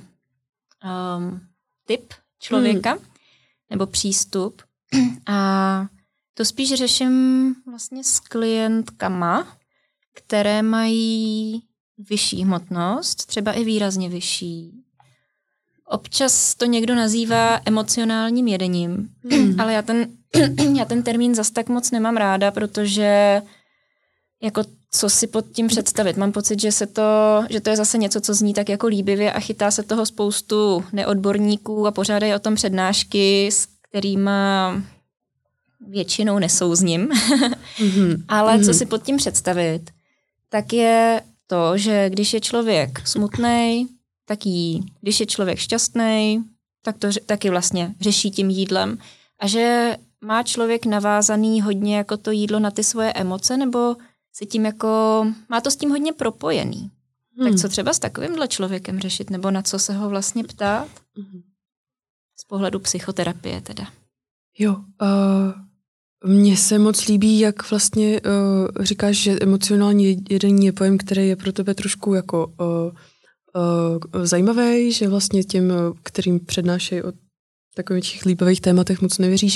typ člověka, nebo přístup. A to spíš řeším vlastně s klientkama, které mají vyšší hmotnost, třeba i výrazně vyšší. Občas to někdo nazývá emocionálním jedením, ale já ten termín zas tak moc nemám ráda, protože jako co si pod tím představit. Mám pocit, že to je zase něco, co zní tak jako líbivě a chytá se toho spoustu neodborníků a pořádají o tom přednášky, s kterýma většinou nesouzním. Ale co si pod tím představit, tak je to, že když je člověk smutnej, tak jí. Když je člověk šťastnej, tak to taky vlastně řeší tím jídlem. A že má člověk navázaný hodně jako to jídlo na ty svoje emoce, nebo si tím jako, má to s tím hodně propojený. Tak co třeba s takovýmhle člověkem řešit, nebo na co se ho vlastně ptát? Z pohledu psychoterapie teda. Jo, mně se moc líbí, jak vlastně říkáš, že emocionální jedení je pojem, který je pro tebe trošku jako zajímavý, že vlastně těm, kterým přednášejí o takových líbavých tématech, moc nevěříš.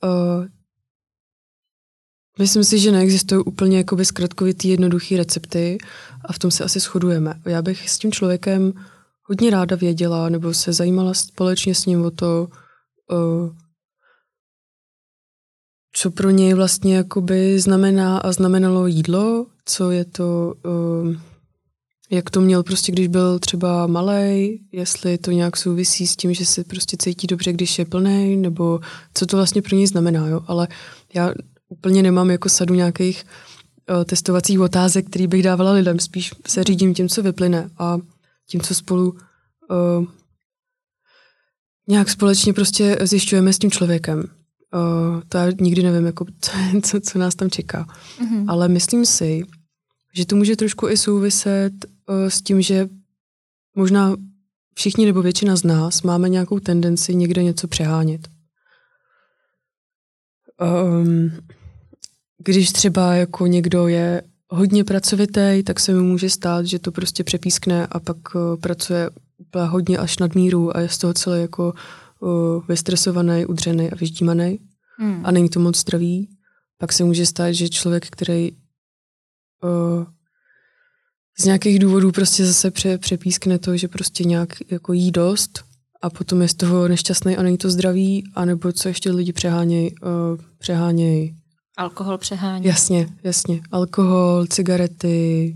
Myslím si, že neexistují úplně jakoby zkratkovitý jednoduchý recepty a v tom se asi shodujeme. Já bych s tím člověkem hodně ráda věděla nebo se zajímala společně s ním o to, co pro něj vlastně jakoby znamená a znamenalo jídlo, co je to, jak to měl prostě, když byl třeba malej, jestli to nějak souvisí s tím, že se prostě cítí dobře, když je plnej, nebo co to vlastně pro něj znamená, jo. Ale já úplně nemám jako sadu nějakých testovacích otázek, který bych dávala lidem, spíš se řídím tím, co vyplyne a tím, co spolu nějak společně prostě zjišťujeme s tím člověkem. To já nikdy nevím, jako, co nás tam čeká. Ale myslím si, že to může trošku i souviset s tím, že možná všichni nebo většina z nás máme nějakou tendenci někde něco přehánět. Když třeba jako někdo je hodně pracovitý, tak se mu může stát, že to prostě přepískne a pak pracuje úplně hodně až nad míru a je z toho celý jako vystresovaný, udřený a vyždímaný a není to moc zdravý. Pak se může stát, že člověk, který z nějakých důvodů prostě zase přepískne to, že prostě nějak jako jí dost a potom je z toho nešťastný a není to zdravý, anebo co ještě lidi přehánějí. Alkohol přehání. Jasně. Alkohol, cigarety.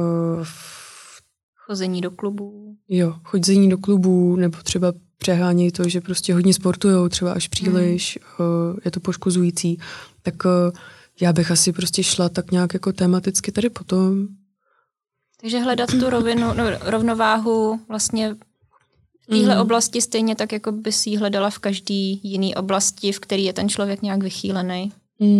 Chození do klubů. Jo, chodzení do klubů, nebo třeba přehánějí to, že prostě hodně sportujou, třeba až příliš, je to poškozující. Tak já bych asi prostě šla tak nějak jako tematicky tady potom. Takže hledat tu rovnováhu vlastně v téhle oblasti stejně tak, jako by si ji hledala v každý jiný oblasti, v který je ten člověk nějak vychýlený.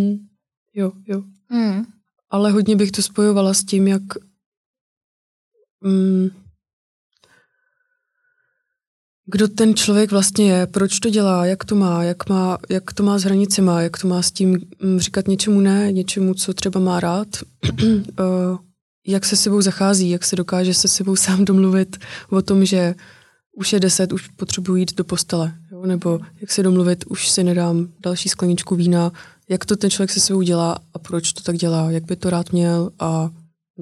Jo. Ale hodně bych to spojovala s tím, jak kdo ten člověk vlastně je, proč to dělá, jak to má s hranicema, jak to má s tím říkat něčemu ne, něčemu, co třeba má rád, jak se sebou zachází, jak se dokáže se sebou sám domluvit o tom, že už je 10, už potřebuji jít do postele, jo? Nebo jak se domluvit, už si nedám další skleničku vína, jak to ten člověk se sebou dělá a proč to tak dělá, jak by to rád měl a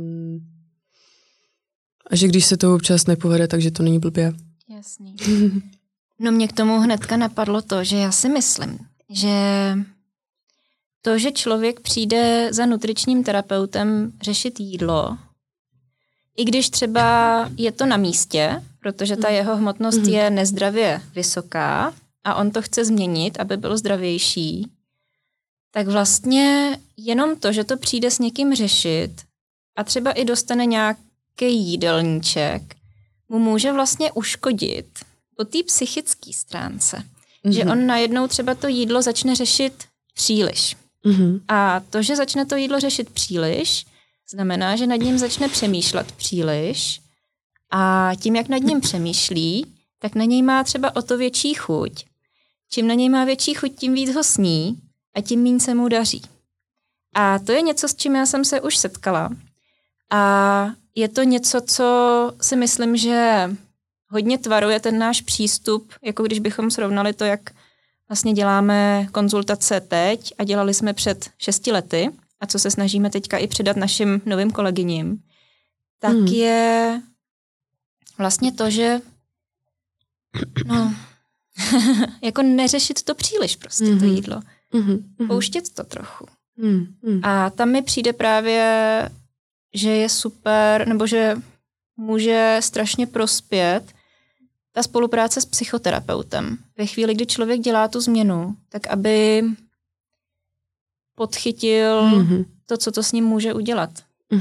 že když se to občas nepovede, takže to není blbě. Jasný. No mě k tomu hnedka napadlo to, že já si myslím, že to, že člověk přijde za nutričním terapeutem řešit jídlo, i když třeba je to na místě, protože ta jeho hmotnost je nezdravě vysoká a on to chce změnit, aby byl zdravější, tak vlastně jenom to, že to přijde s někým řešit a třeba i dostane nějaký jídelníček, mu může vlastně uškodit po té psychické stránce. Že on najednou třeba to jídlo začne řešit příliš. A to, že začne to jídlo řešit příliš, znamená, že nad ním začne přemýšlet příliš a tím, jak nad ním přemýšlí, tak na něj má třeba o to větší chuť. Čím na něj má větší chuť, tím víc ho sní a tím méně se mu daří. A to je něco, s čím já jsem se už setkala. A je to něco, co si myslím, že hodně tvaruje ten náš přístup, jako když bychom srovnali to, jak vlastně děláme konzultace teď a dělali jsme před 6 lety a co se snažíme teďka i předat našim novým kolegyním, tak je vlastně to, že jako neřešit to příliš prostě to jídlo. Pouštět to trochu. A tam mi přijde právě, že je super, nebo že může strašně prospět ta spolupráce s psychoterapeutem. Ve chvíli, kdy člověk dělá tu změnu, tak aby podchytil to, co to s ním může udělat.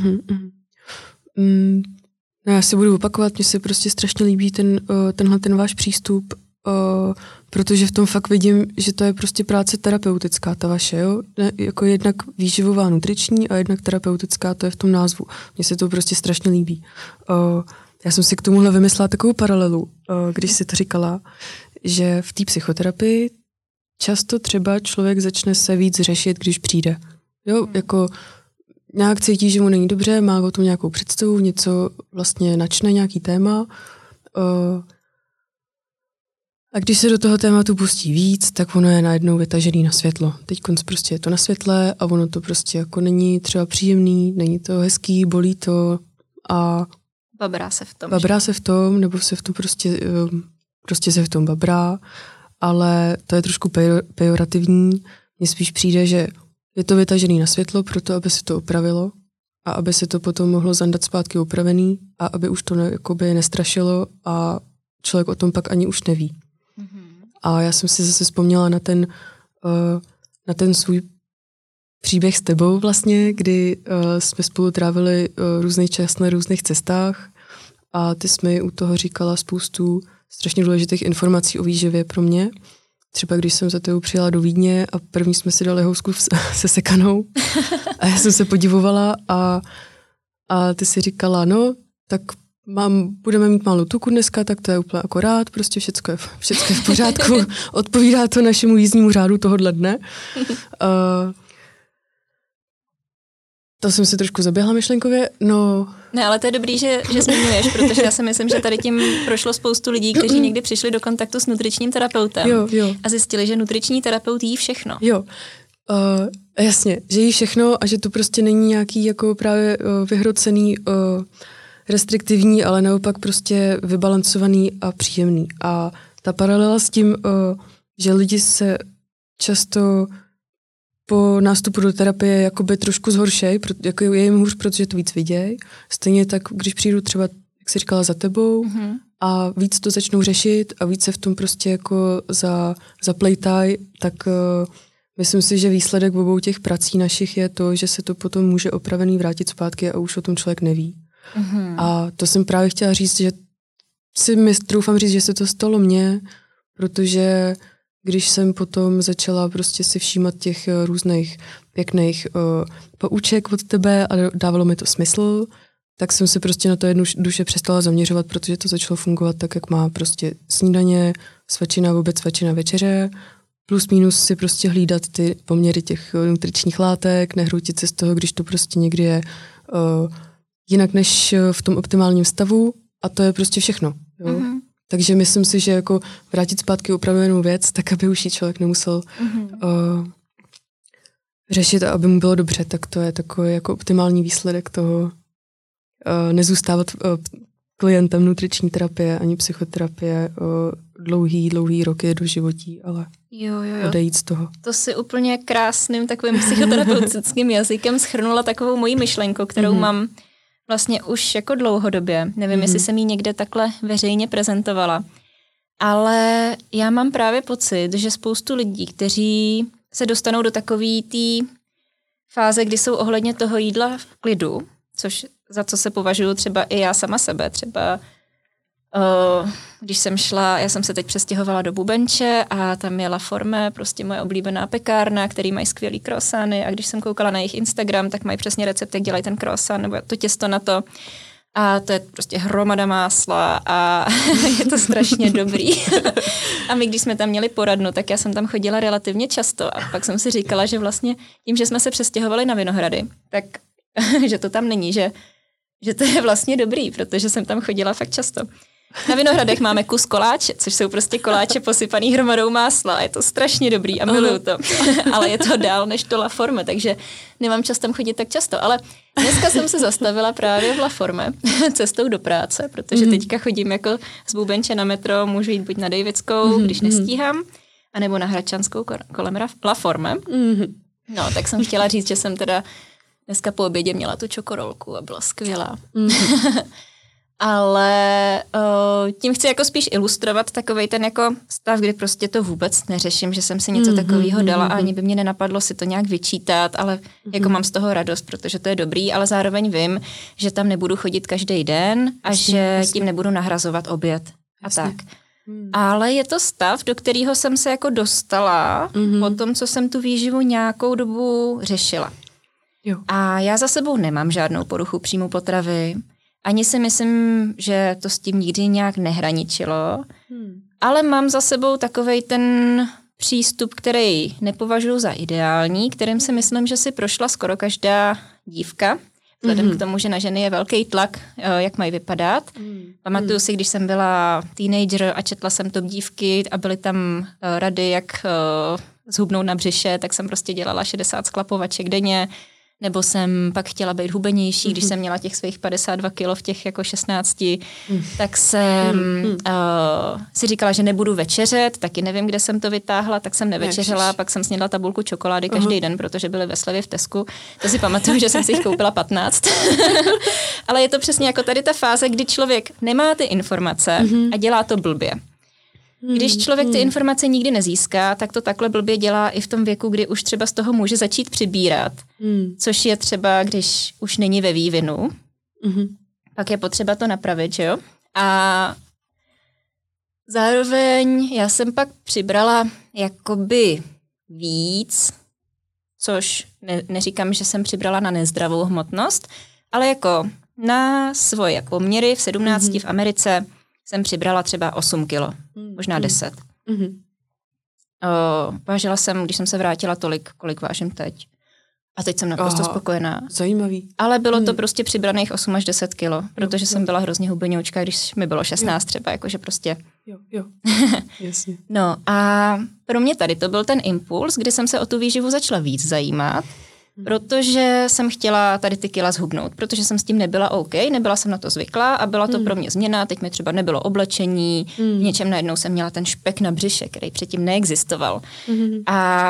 No já se budu opakovat, mně se prostě strašně líbí tenhle váš přístup, protože v tom fakt vidím, že to je prostě práce terapeutická, ta vaše, jo? Jako jednak výživová, nutriční a jednak terapeutická, to je v tom názvu. Mně se to prostě strašně líbí. Já jsem si k tomuhle vymyslela takovou paralelu, když si to říkala, že v té psychoterapii často třeba člověk začne se víc řešit, když přijde. Jo, jako nějak cítí, že mu není dobře, má o tom nějakou představu, něco vlastně načne, nějaký téma. A když se do toho tématu pustí víc, tak ono je najednou vytažený na světlo. Teď prostě je to na světle a ono to prostě jako není třeba příjemný, není to hezký, bolí to a babrá se v tom. Babrá se v tom, nebo se v tom prostě se v tom babrá, ale to je trošku pejorativní. Mně spíš přijde, že je to vytažený na světlo proto, aby se to opravilo a aby se to potom mohlo zandat zpátky upravený a aby už to jakoby nestrašilo a člověk o tom pak ani už neví. A já jsem si zase vzpomněla na ten svůj příběh s tebou vlastně, kdy jsme spolu trávili různý čas na různých cestách a ty jsi mi u toho říkala spoustu strašně důležitých informací o výživě pro mě. Třeba když jsem za tebou přijela do Vídně a první jsme si dali housku se sekanou a já jsem se podivovala a ty si říkala, no, tak budeme mít málo tuku dneska, tak to je úplně akorát, prostě všecko je v pořádku, odpovídá to našemu jízdnímu řádu tohohle dne. To jsem si trošku zaběhla myšlenkově, no. Ne, ale to je dobrý, že zmiňuješ, protože já si myslím, že tady tím prošlo spoustu lidí, kteří někdy přišli do kontaktu s nutričním terapeutem jo. a zjistili, že nutriční terapeut jí všechno. Jo, jasně, že jí všechno a že to prostě není nějaký jako právě vyhrocený, restriktivní, ale naopak prostě vybalancovaný a příjemný. A ta paralela s tím, že lidi se často po nástupu do terapie jakoby trošku zhoršej, jako je jim hůř, protože to víc viděj. Stejně tak, když přijdu třeba, jak jsi říkala, za tebou a víc to začnou řešit a víc se v tom prostě jako zaplejtaj, tak myslím si, že výsledek obou těch prací našich je to, že se to potom může opravený vrátit zpátky a už o tom člověk neví. A to jsem právě chtěla říct, že si troufám říct, že se to stalo mně, protože když jsem potom začala prostě si všímat těch různých pěkných pouček od tebe a dávalo mi to smysl tak jsem se prostě na to jednu duše přestala zaměřovat, protože to začalo fungovat tak, jak má prostě snídaně, svačina, oběd, svačina, večeře, plus minus si prostě hlídat ty poměry těch nutričních látek, nehroutit se z toho, když to prostě někdy je jinak než v tom optimálním stavu a to je prostě všechno. Jo? Mm-hmm. Takže myslím si, že jako vrátit zpátky upravenou věc, tak aby už ji člověk nemusel řešit a aby mu bylo dobře, tak to je takový jako optimální výsledek toho nezůstávat klientem nutriční terapie ani psychoterapie dlouhý roky do životí, ale odejít z toho. To si úplně krásným takovým psychoterapeutickým jazykem shrnula takovou moji myšlenku, kterou mám vlastně už jako dlouhodobě. Nevím, jestli jsem ji někde takhle veřejně prezentovala. Ale já mám právě pocit, že spoustu lidí, kteří se dostanou do takové té fáze, kdy jsou ohledně toho jídla v klidu, což za co se považuji třeba i já sama sebe. Třeba když jsem šla, já jsem se teď přestěhovala do Bubenče a tam je La Forme, prostě moje oblíbená pekárna, který mají skvělý croissany a když jsem koukala na jejich Instagram, tak mají přesně recept, jak dělají ten croissant nebo to těsto na to. A to je prostě hromada másla a je to strašně dobrý. A my, když jsme tam měli poradnu, tak já jsem tam chodila relativně často a pak jsem si říkala, že vlastně tím, že jsme se přestěhovali na Vinohrady, tak že to tam není, že to je vlastně dobrý, protože jsem tam chodila fakt často. Na Vinohradech máme kus koláče, což jsou prostě koláče posypaný hromadou másla a je to strašně dobrý a miluju to. Ale je to dál než to La Forme, takže nemám čas tam chodit tak často. Ale dneska jsem se zastavila právě v La Forme cestou do práce, protože teďka chodím jako z Bubenče na metro, můžu jít buď na Dejvickou, když nestíhám, anebo na Hradčanskou kolem La Forme. No, tak jsem chtěla říct, že jsem teda dneska po obědě měla tu čokorolku a byla skvělá. Ale tím chci jako spíš ilustrovat takovej ten jako stav, kdy prostě to vůbec neřeším, že jsem si něco takového dala a ani by mě nenapadlo si to nějak vyčítat, ale jako mám z toho radost, protože to je dobrý, ale zároveň vím, že tam nebudu chodit každý den a že tím nebudu nahrazovat oběd a tak. Ale je to stav, do kterého jsem se jako dostala po tom, co jsem tu výživu nějakou dobu řešila. Jo. A já za sebou nemám žádnou poruchu příjmu potravy, ani si myslím, že to s tím nikdy nějak nehraničilo, ale mám za sebou takovej ten přístup, který nepovažuji za ideální, kterým si myslím, že si prošla skoro každá dívka, vzhledem k tomu, že na ženy je velký tlak, jak mají vypadat. Pamatuju si, když jsem byla teenager a četla jsem to dívky a byly tam rady, jak zhubnout na břiše, tak jsem prostě dělala 60 sklapovaček denně, nebo jsem pak chtěla být hubenější, když jsem měla těch svých 52 kilo v těch jako 16, tak jsem si říkala, že nebudu večeřet, taky nevím, kde jsem to vytáhla, tak jsem nevečeřela, pak jsem snědla tabulku čokolády každý den, protože byly ve slevě v Tesku. To si pamatuju, že jsem si jich koupila 15. Ale je to přesně jako tady ta fáze, kdy člověk nemá ty informace a dělá to blbě. Když člověk ty informace nikdy nezíská, tak to takhle blbě dělá i v tom věku, kdy už třeba z toho může začít přibírat, což je třeba, když už není ve vývinu, pak je potřeba to napravit, že jo? A zároveň já jsem pak přibrala jakoby víc, což neříkám, že jsem přibrala na nezdravou hmotnost, ale jako na svoje poměry v 17 v Americe jsem přibrala třeba 8 kilo, možná 10. Vážila jsem, když jsem se vrátila tolik, kolik vážím teď. A teď jsem naprosto spokojená. Zajímavý. Ale bylo to prostě přibraných 8 až 10 kilo, protože jsem byla hrozně hubeňoučka, když mi bylo 16 třeba, jakože prostě. Jo. Jasně. No a pro mě tady to byl ten impuls, kdy jsem se o tu výživu začala víc zajímat, protože jsem chtěla tady ty kila zhubnout, protože jsem s tím nebyla OK, nebyla jsem na to zvyklá a byla to pro mě změna, teď mi třeba nebylo oblečení, v něčem najednou jsem měla ten špek na břiše, který předtím neexistoval. A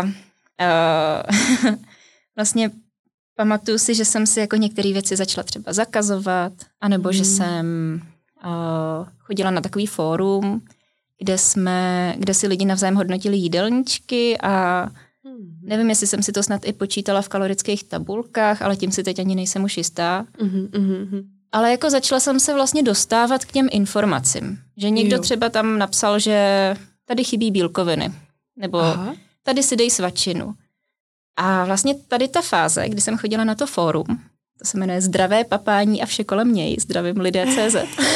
vlastně pamatuju si, že jsem si jako některé věci začala třeba zakazovat, anebo že jsem chodila na takový fórum, kde si lidi navzájem hodnotili jídelníčky a nevím, jestli jsem si to snad i počítala v kalorických tabulkách, ale tím si teď ani nejsem už jistá. Ale jako začala jsem se vlastně dostávat k těm informacím. Že někdo třeba tam napsal, že tady chybí bílkoviny. Nebo tady si dej svačinu. A vlastně tady ta fáze, kdy jsem chodila na to fórum, To se jmenuje Zdravé papání a vše kolem něj. Zdravím lidé.cz.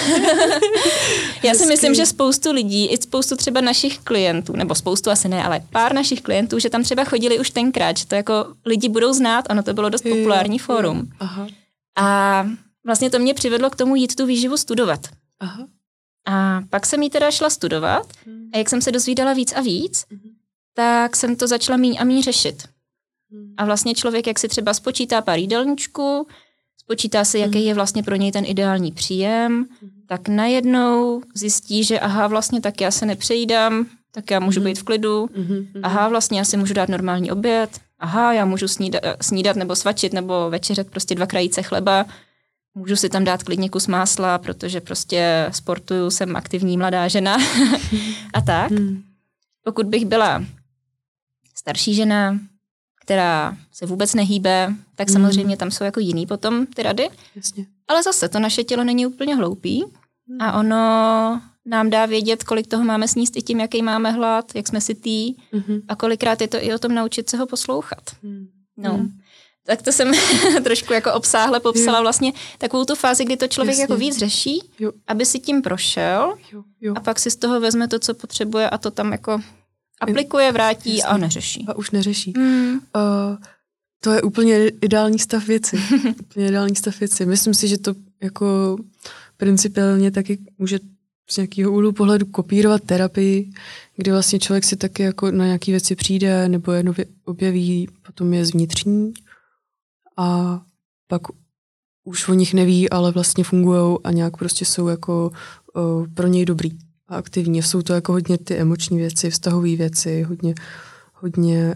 Já si myslím, že spoustu lidí, i spoustu třeba našich klientů, nebo spoustu asi ne, ale pár našich klientů, že tam třeba chodili už tenkrát, že to jako lidi budou znát, ono to bylo dost populární fórum. Aha. A vlastně to mě přivedlo k tomu jít tu výživu studovat. Aha. A pak jsem jí teda šla studovat a jak jsem se dozvídala víc a víc, tak jsem to začala míň a míň řešit. A vlastně člověk, jak si třeba spočítá pár jídelníčků, spočítá si, jaký je vlastně pro něj ten ideální příjem, tak najednou zjistí, že aha, vlastně tak já se nepřejídám, tak já můžu být v klidu, aha, vlastně já si můžu dát normální oběd, aha, já můžu snídat nebo svačit nebo večeřet prostě 2 krajíce chleba, můžu si tam dát klidně kus másla, protože prostě sportuju, jsem aktivní mladá žena a tak. Pokud bych byla starší žena, která se vůbec nehýbe, tak samozřejmě tam jsou jako jiný potom ty rady. Jasně. Ale zase to naše tělo není úplně hloupý a ono nám dá vědět, kolik toho máme sníst i tím, jaký máme hlad, jak jsme sytý a kolikrát je to i o tom naučit se ho poslouchat. No. Tak to jsem trošku jako obsáhle popsala vlastně takovou tu fázi, kdy to člověk jako víc řeší, aby si tím prošel a pak si z toho vezme to, co potřebuje a to tam jako aplikuje, vrátí a neřeší. A už neřeší. To je úplně ideální stav věci. Myslím si, že to jako principiálně taky může z nějakého úhlu pohledu kopírovat terapii, kdy vlastně člověk si taky jako na nějaké věci přijde nebo je nově objeví, potom je zvnitřní a pak už o nich neví, ale vlastně fungujou a nějak prostě jsou jako pro něj dobrý a aktivní. Jsou to jako hodně ty emoční věci, vztahové věci, hodně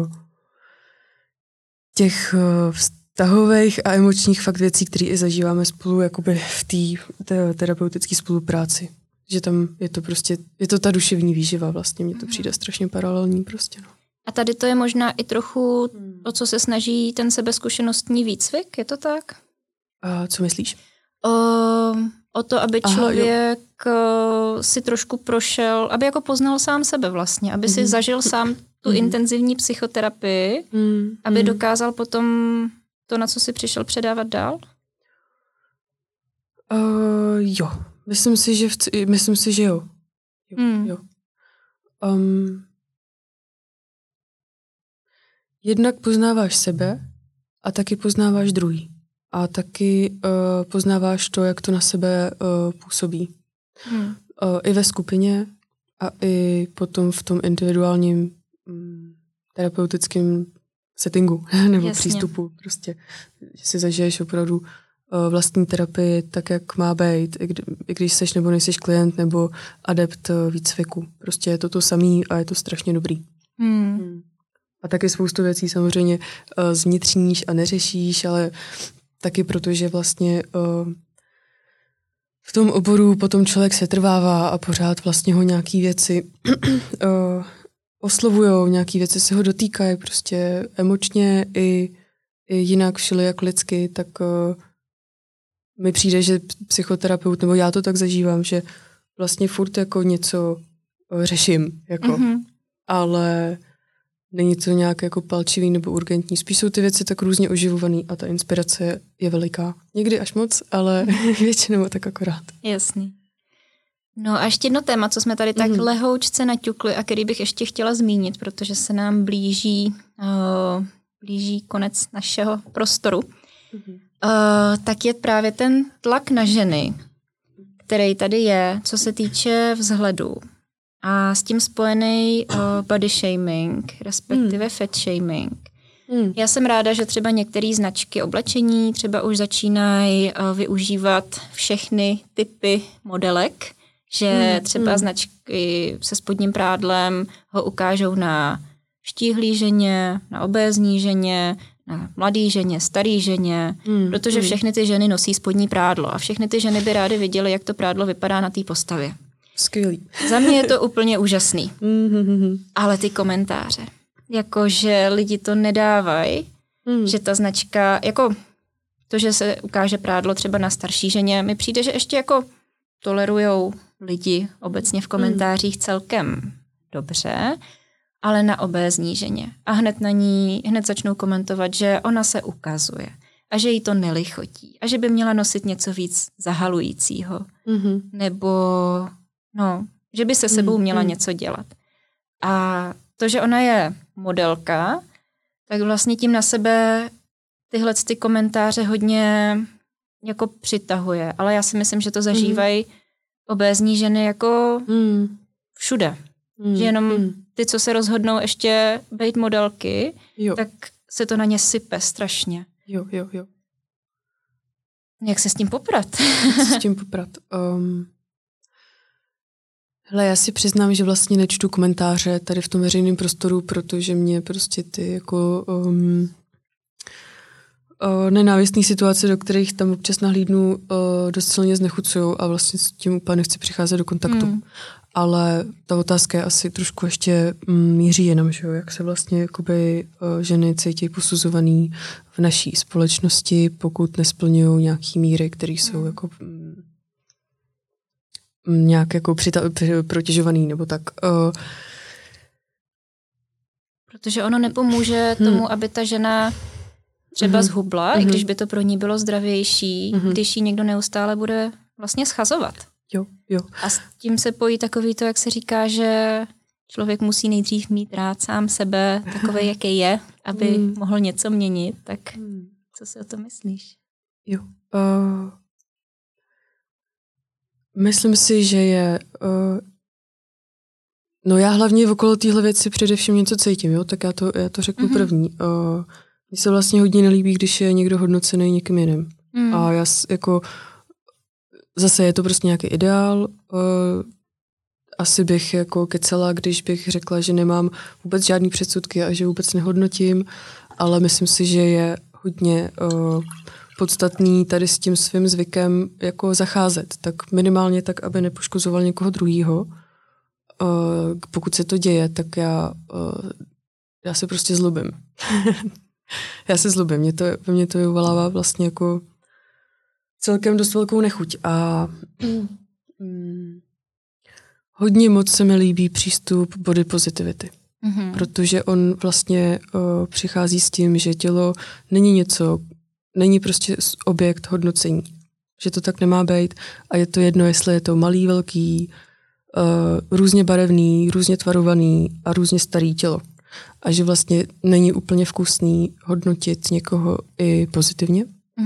těch vztahových a emočních fakt věcí, které i zažíváme spolu jakoby v té terapeutické spolupráci. Že tam je to prostě, je to ta duševní výživa vlastně, mně to přijde strašně paralelní prostě. No. A tady to je možná i trochu o co se snaží ten sebezkušenostní výcvik, je to tak? A co myslíš? O to, aby člověk si trošku prošel, aby jako poznal sám sebe vlastně, aby si zažil sám tu intenzivní psychoterapii, aby dokázal potom to, na co si přišel, předávat dál? Jo. Myslím si, že jo. Jo. Jednak poznáváš sebe a taky poznáváš druhý. A taky poznáváš to, jak to na sebe působí. I ve skupině a i potom v tom individuálním terapeutickém settingu nebo přístupu. Prostě, že si zažiješ opravdu vlastní terapii tak, jak má být, i když seš nebo nejseš klient nebo adept výcviku. Prostě je to samý a je to strašně dobrý. A taky spoustu věcí samozřejmě zvnitřníš a neřešíš, ale taky protože vlastně v tom oboru potom člověk se trvává a pořád vlastně ho nějaký věci oslovujou, nějaký věci se ho dotýkají prostě emočně i jinak všelijak lidsky, tak mi přijde, že psychoterapeut, nebo já to tak zažívám, že vlastně furt jako něco řeším, jako, ale není to nějak jako palčivý nebo urgentní. Spíš jsou ty věci tak různě oživovaný a ta inspirace je veliká. Někdy až moc, ale většinou tak akorát. Jasný. No a ještě jedno téma, co jsme tady tak lehoučce naťukli a který bych ještě chtěla zmínit, protože se nám blíží konec našeho prostoru, tak je právě ten tlak na ženy, který tady je, co se týče vzhledu. A s tím spojený body shaming, respektive fat shaming. Já jsem ráda, že třeba některé značky oblečení třeba už začínají využívat všechny typy modelek, že třeba značky se spodním prádlem ho ukážou na štíhlý ženě, na obézní ženě, na mladý ženě, starý ženě, protože všechny ty ženy nosí spodní prádlo a všechny ty ženy by rády viděly, jak to prádlo vypadá na té postavě. Skvělý. Za mě je to úplně úžasný. Ale ty komentáře, jakože lidi to nedávají, že ta značka, jako to, že se ukáže prádlo třeba na starší ženě, mi přijde, že ještě jako tolerujou lidi obecně v komentářích celkem dobře, ale na obézní ženě. A hned začnou komentovat, že ona se ukazuje. a že jí to nelichotí a že by měla nosit něco víc zahalujícího. Nebo že by se sebou měla něco dělat. A to, že ona je modelka, tak vlastně tím na sebe tyhle ty komentáře hodně jako přitahuje. Ale já si myslím, že to zažívají obézní ženy jako všude. Že jenom ty, co se rozhodnou ještě být modelky, tak se to na ně sype strašně. Jo. Jak se s tím poprat? Hele, já si přiznám, že vlastně nečtu komentáře tady v tom veřejném prostoru, protože mě prostě ty jako nenávistné situace, do kterých tam občas nahlídnu, dost silně znechucujou a vlastně s tím úplně nechci přicházet do kontaktu. Ale ta otázka je asi trošku ještě míří jenom, že jo, jak se vlastně jakoby ženy cítí posuzovaný v naší společnosti, pokud nesplňují nějaký míry, které jsou jako nějak jako protěžovaný, nebo tak. Protože ono nepomůže tomu, aby ta žena třeba zhubla, i když by to pro ní bylo zdravější, když ji někdo neustále bude vlastně schazovat. Jo. A s tím se pojí takový to, jak se říká, že člověk musí nejdřív mít rád sám sebe, takovej, jaký je, aby mohl něco měnit. Tak co si o to myslíš? Jo. Myslím si, že je... já hlavně okolo téhle věci především něco cítím, jo? Tak já to řeknu první. Mně se vlastně hodně nelíbí, když je někdo hodnocený někým jiným. A já jako... Zase je to prostě nějaký ideál. Asi bych jako kecela, když bych řekla, že nemám vůbec žádný předsudky a že vůbec nehodnotím, ale myslím si, že je hodně podstatný tady s tím svým zvykem jako zacházet. Tak minimálně tak, aby nepoškozoval někoho druhýho. Pokud se to děje, tak já se prostě zlobím. Já se zlobím. Mě to vyvolává vlastně jako celkem dost velkou nechuť. A hodně moc se mi líbí přístup body positivity. Protože on vlastně přichází s tím, že tělo není prostě objekt hodnocení. Že to tak nemá být a je to jedno, jestli je to malý, velký, různě barevný, různě tvarovaný a různě starý tělo. A že vlastně není úplně vkusný hodnotit někoho i pozitivně.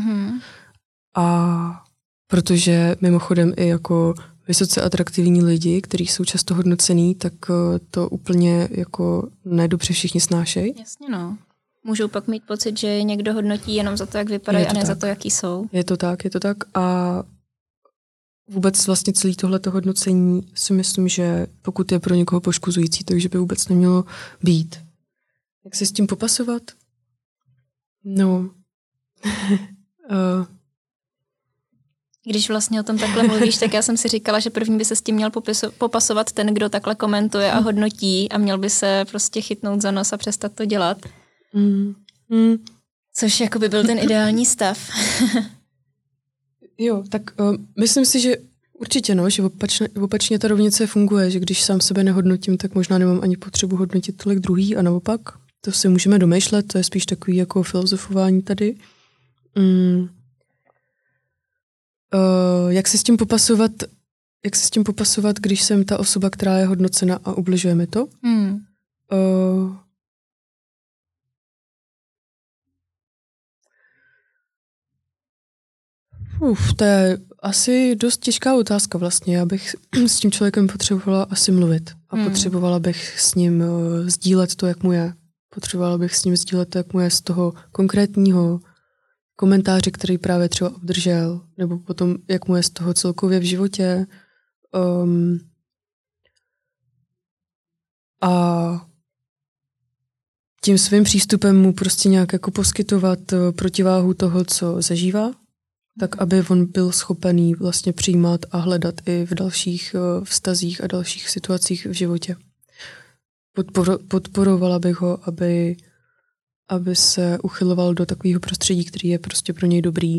A protože mimochodem i jako vysoce atraktivní lidi, kteří jsou často hodnocený, tak to úplně jako nedobře všichni snášejí. Jasně, no. Můžou pak mít pocit, že je někdo hodnotí jenom za to, jak vypadají a ne za to, jaký jsou. Je to tak. A vůbec vlastně celé tohleto hodnocení si myslím, že pokud je pro někoho poškozující, takže by vůbec nemělo být. Jak se s tím popasovat? No... Když vlastně o tom takhle mluvíš, tak já jsem si říkala, že první by se s tím měl popasovat ten, kdo takhle komentuje a hodnotí a měl by se prostě chytnout za nos a přestat to dělat. Což jako by byl ten ideální stav. Jo, tak myslím si, že určitě že opačně ta rovnice funguje, že když sám sebe nehodnotím, tak možná nemám ani potřebu hodnotit tolik druhý a naopak. To si můžeme domýšlet, to je spíš takový jako filozofování tady. Jak se s tím popasovat, když jsem ta osoba, která je hodnocena a ubližuje mi to? To je asi dost těžká otázka vlastně. Já bych s tím člověkem potřebovala asi mluvit. A potřebovala bych s ním sdílet to, jak mu je. Potřebovala bych s ním sdílet to, jak mu je z toho konkrétního komentáře, který právě třeba obdržel, nebo potom, jak mu je z toho celkově v životě. A tím svým přístupem mu prostě nějak jako poskytovat protiváhu toho, co zažívá, tak aby on byl schopený vlastně přijímat a hledat i v dalších vztazích a dalších situacích v životě. Podporovala bych ho, aby se uchyloval do takového prostředí, který je prostě pro něj dobrý.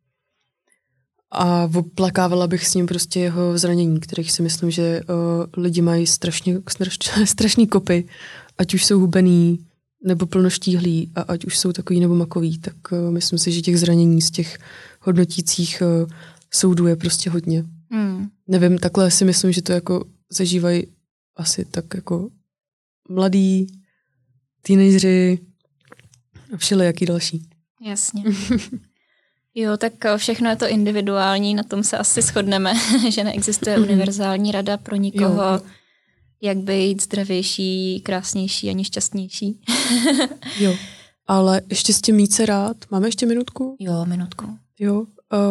A oplakávala bych s ním prostě jeho zranění, kterých si myslím, že lidi mají strašný kopy, ať už jsou hubený, nebo plnoštíhlí, a ať už jsou takový nebo makový, tak myslím si, že těch zranění z těch hodnotících soudů je prostě hodně. Nevím, takhle si myslím, že to jako zažívají asi tak jako mladí, teenageři a všelijaký další. Jasně. Jo, tak všechno je to individuální, na tom se asi shodneme, že neexistuje univerzální rada pro nikoho, jak být zdravější, krásnější ani šťastnější. Jo, ale ještě s tím mít se rád. Máme ještě minutku? Jo, minutku. Jo.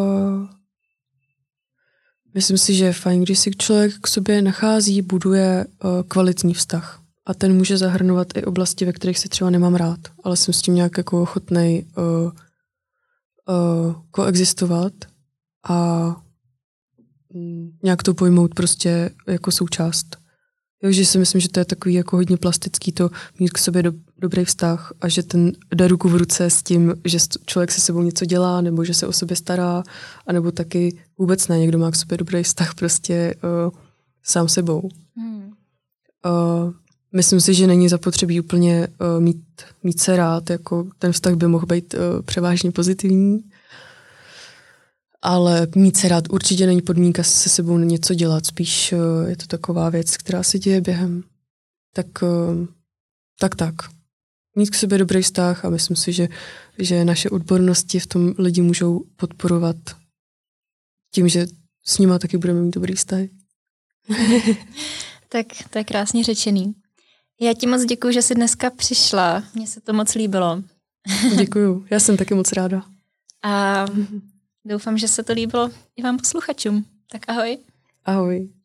Myslím si, že je fajn, když si člověk k sobě nachází, buduje kvalitní vztah. A ten může zahrnovat i oblasti, ve kterých se třeba nemám rád, ale jsem s tím nějak jako ochotnej koexistovat a nějak to pojmout prostě jako součást. Takže si myslím, že to je takový jako hodně plastický to mít k sobě dobrý vztah a že ten jde ruku v ruce s tím, že člověk se sebou něco dělá nebo že se o sobě stará, anebo taky vůbec ne, někdo má k sobě dobrý vztah prostě sám sebou. Myslím si, že není zapotřebí úplně mít se rád, jako ten vztah by mohl být převážně pozitivní, ale mít se rád určitě není podmínka se sebou něco dělat, spíš je to taková věc, která se děje během. Tak. Mít k sobě dobrý vztah a myslím si, že naše odbornosti v tom lidi můžou podporovat tím, že s nima taky budeme mít dobrý vztah. Tak to je krásně řečený. Já ti moc děkuju, že jsi dneska přišla. Mně se to moc líbilo. Děkuju, já jsem taky moc ráda. A doufám, že se to líbilo i vám posluchačům. Tak ahoj. Ahoj.